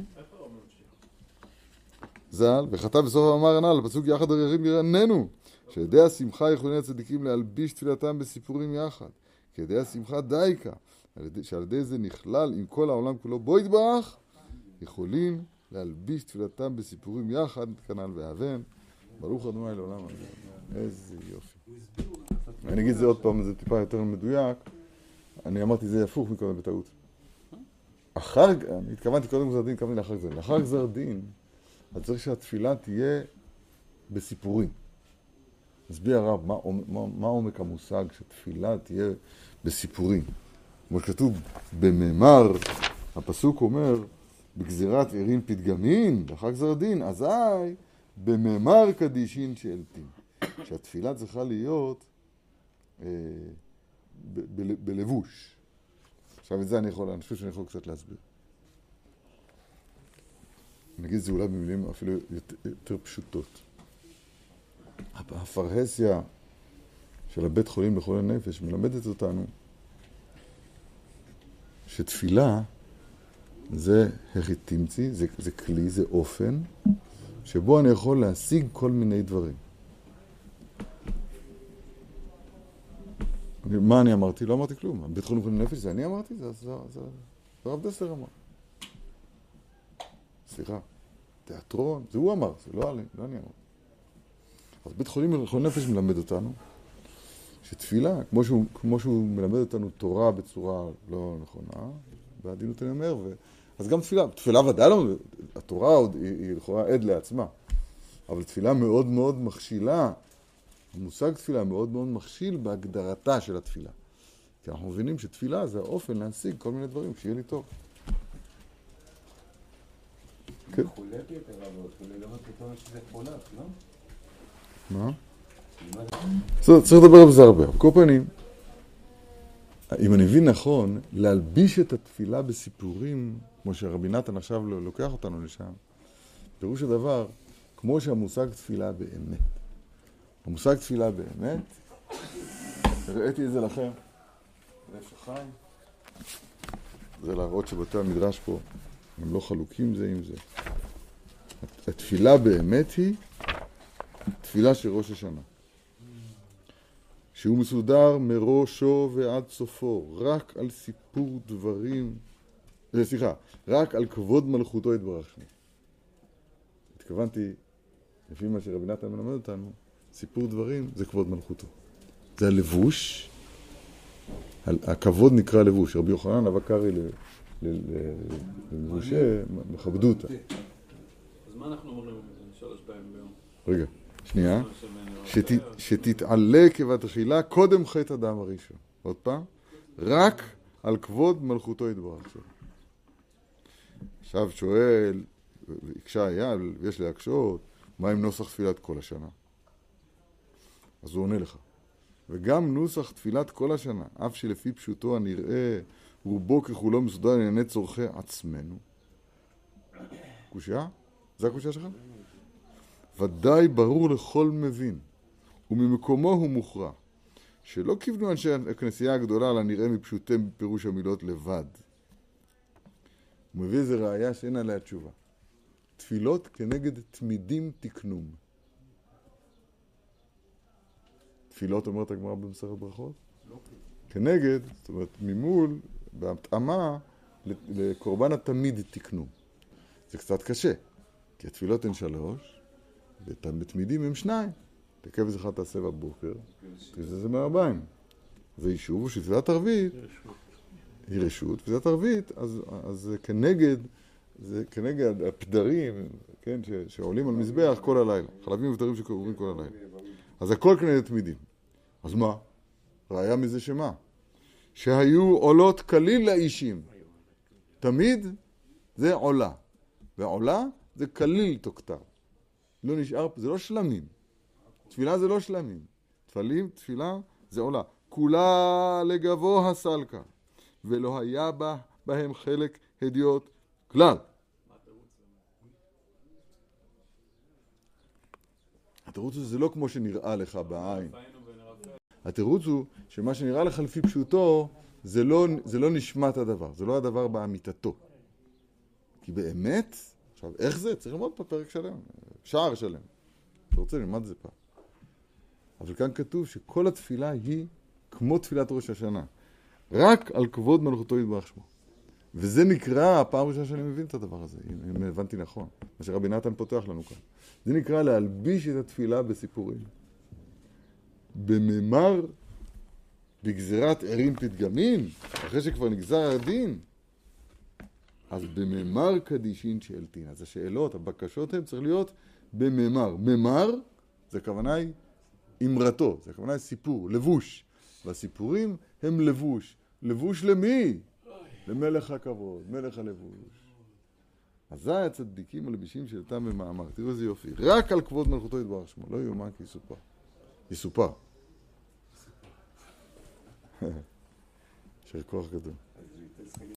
ז"ל, וכתב בסוף המאמר הנ"ל, הפסוק יחד הררים ירננו, שידי השמחה יכולים הצדיקים להלביש תפילתם בסיפורים יחד, כי ידי השמחה דייקה, שעל ידי זה נכלל עם כל העולם כולו בו יתברך, יכולים להלביש תפילתם בסיפורים יחד, כנ"ל ואהבן, ברוך ה' לעולם אמן. איזה יופי. אני אגיד זה עוד פעם, זה טיפה יותר מדויק, אני אמרתי זה הפוך מקודם בטעות. אני התכוונתי קודם גזר דין, התכוונתי לאחר גזר דין. לאחר גזר דין, אז צריך שהתפילה תהיה בסיפורים. מסביר הרב, מה עומק המושג שתפילה תהיה בסיפורים? כמו שכתוב במאמר, הפסוק אומר, בגזירת עירין פתגמין, לאחר גזר דין, אזי במאמר קדישין שאלתין. שהתפילה צריכה להיות בלבוש. עכשיו את זה אני חושב שאני יכול קצת להסביר. נגיד זה אולי במילים אפילו יותר פשוטות. הפרהסיה של הבית חולים לחולי נפש מלמדת אותנו שתפילה זה החיתימצי, זה כלי, זה אופן שבו אני יכול להשיג כל מיני דברים. מה אני אמרתי? לא אמרתי כלום. בית חולים לחולי נפש זה אני אמרתי? זה הרב דסלר אמר. סליחה, תיאטרון, זה הוא אמר, זה לא אני אמר. אז בית חולים לחולי נפש מלמד אותנו שתפילה, כמו שהוא מלמד אותנו תורה בצורה לא נכונה, בעדינות אני אומר, אז גם תפילה ודאי לא, התורה עוד היא לכאורה עד לעצמה, אבל תפילה מאוד מאוד מכשילה, המושג תפילה מאוד מאוד מכשיל בהגדרתה של התפילה. כי אנחנו מבינים שתפילה זה האופן להשיג כל מיני דברים, שיהיה לי טוב. כן. מחולקת, אבל לא פתאום שזה חולק, לא? מה? צריך לדבר על זה הרבה. בכל פנים, אם אני מבין נכון, להלביש את התפילה בסיפורים, כמו שרבי נתן עכשיו לוקח אותנו לשם, פירוש הדבר, כמו שהמושג תפילה באמת. המושג תפילה באמת, הראיתי את זה לכם, חיים. זה להראות שבתי המדרש פה הם לא חלוקים זה עם זה. התפילה באמת היא תפילה של ראש השנה. שהוא מסודר מראשו ועד סופו, רק על סיפור דברים, רק על כבוד מלכותו יתברך שמו. התכוונתי, לפי מה שרבי נתן מלמד אותנו, סיפור דברים זה כבוד מלכותו. זה הלבוש, הכבוד נקרא לבוש. רבי יוחנן אבא קרעי ללבושי, מכבדו אותה. אז מה אנחנו אומרים 3 פעמים ביום? רגע, שנייה. שתתעלה כבתחילה קודם חטא אדם הראשון. עוד פעם, רק על כבוד מלכותו יתברך שמו. עכשיו שואל, הקשה אייל, ויש להקשות, מה עם נוסח תפילת כל השנה? אז הוא עונה לך. וגם נוסח תפילת כל השנה, אף שלפי פשוטו הנראה, רובו ככולו מסודר לענייני צורכי עצמנו. קושיה? זה הקושיה שלך? ודאי ברור לכל מבין, וממקומו הוא מוכרע. שלא כיוונו אנשי הכנסייה הגדולה לנראה מפשוטי פירוש המילות לבד. הוא מביא איזה ראיה שאין עליה תשובה. תפילות כנגד תמידים תקנום. תפילות אומרת הגמרא במסכת ברכות? כנגד, זאת אומרת ממול, בהתאמה לקורבן התמיד תקנום. זה קצת קשה, כי התפילות הן 3, ובתמידים הם 2. תקף אחד תעשה בבוקר, זה מהרביים. זה יישוב, ושתפילת ערבית היא רשות, ותפילת ערבית, אז זה כנגד הפדרים, כן, שעולים על מזבח כל הלילה. חלבים ופדרים שקוראים כל הלילה. אז הכל כנגד תמידים. אז מה? ראיה מזה שמה? שהיו עולות כליל לאישים. תמיד זה עולה. ועולה זה כליל תוקתר. לא נשאר, זה לא שלמים. תפילה זה לא שלמים. תפילה זה עולה. כולה לגבוה סלקה. ולא היה בהם חלק הדיוט כלל. התירוץ הזה זה לא כמו שנראה לך בעין. התירוץ הוא שמה שנראה לך לפי פשוטו זה לא נשמת הדבר, זה לא הדבר באמיתתו. כי באמת, עכשיו איך זה? צריך ללמוד פה פרק שלם, שער שלם. אתה רוצה ללמד זה פעם. אבל כאן כתוב שכל התפילה היא כמו תפילת ראש השנה. רק על כבוד מלכותו יתברך שמו. וזה נקרא, הפעם ראשונה שאני מבין את הדבר הזה, אם הבנתי נכון, מה שרבי נתן פותח לנו כאן. זה נקרא להלביש את התפילה בסיפורים. בממר, בגזירת ערים פתגמים, אחרי שכבר נגזר הדין, אז בממר קדישין שאלתין. אז השאלות, הבקשות הן צריך להיות בממר. ממר, זה הכוונה היא אמרתו, זה הכוונה היא סיפור, לבוש. והסיפורים הם לבוש. לבוש למי? למלך הכבוד, מלך הלבוש. אזי הצדיקים הלבישים שאלתם במאמר. תראו איזה יופי. רק על כבוד מלכותו יתברך שמו. לא יאומן כי יסופר. יסופר. יישר כוח גדול.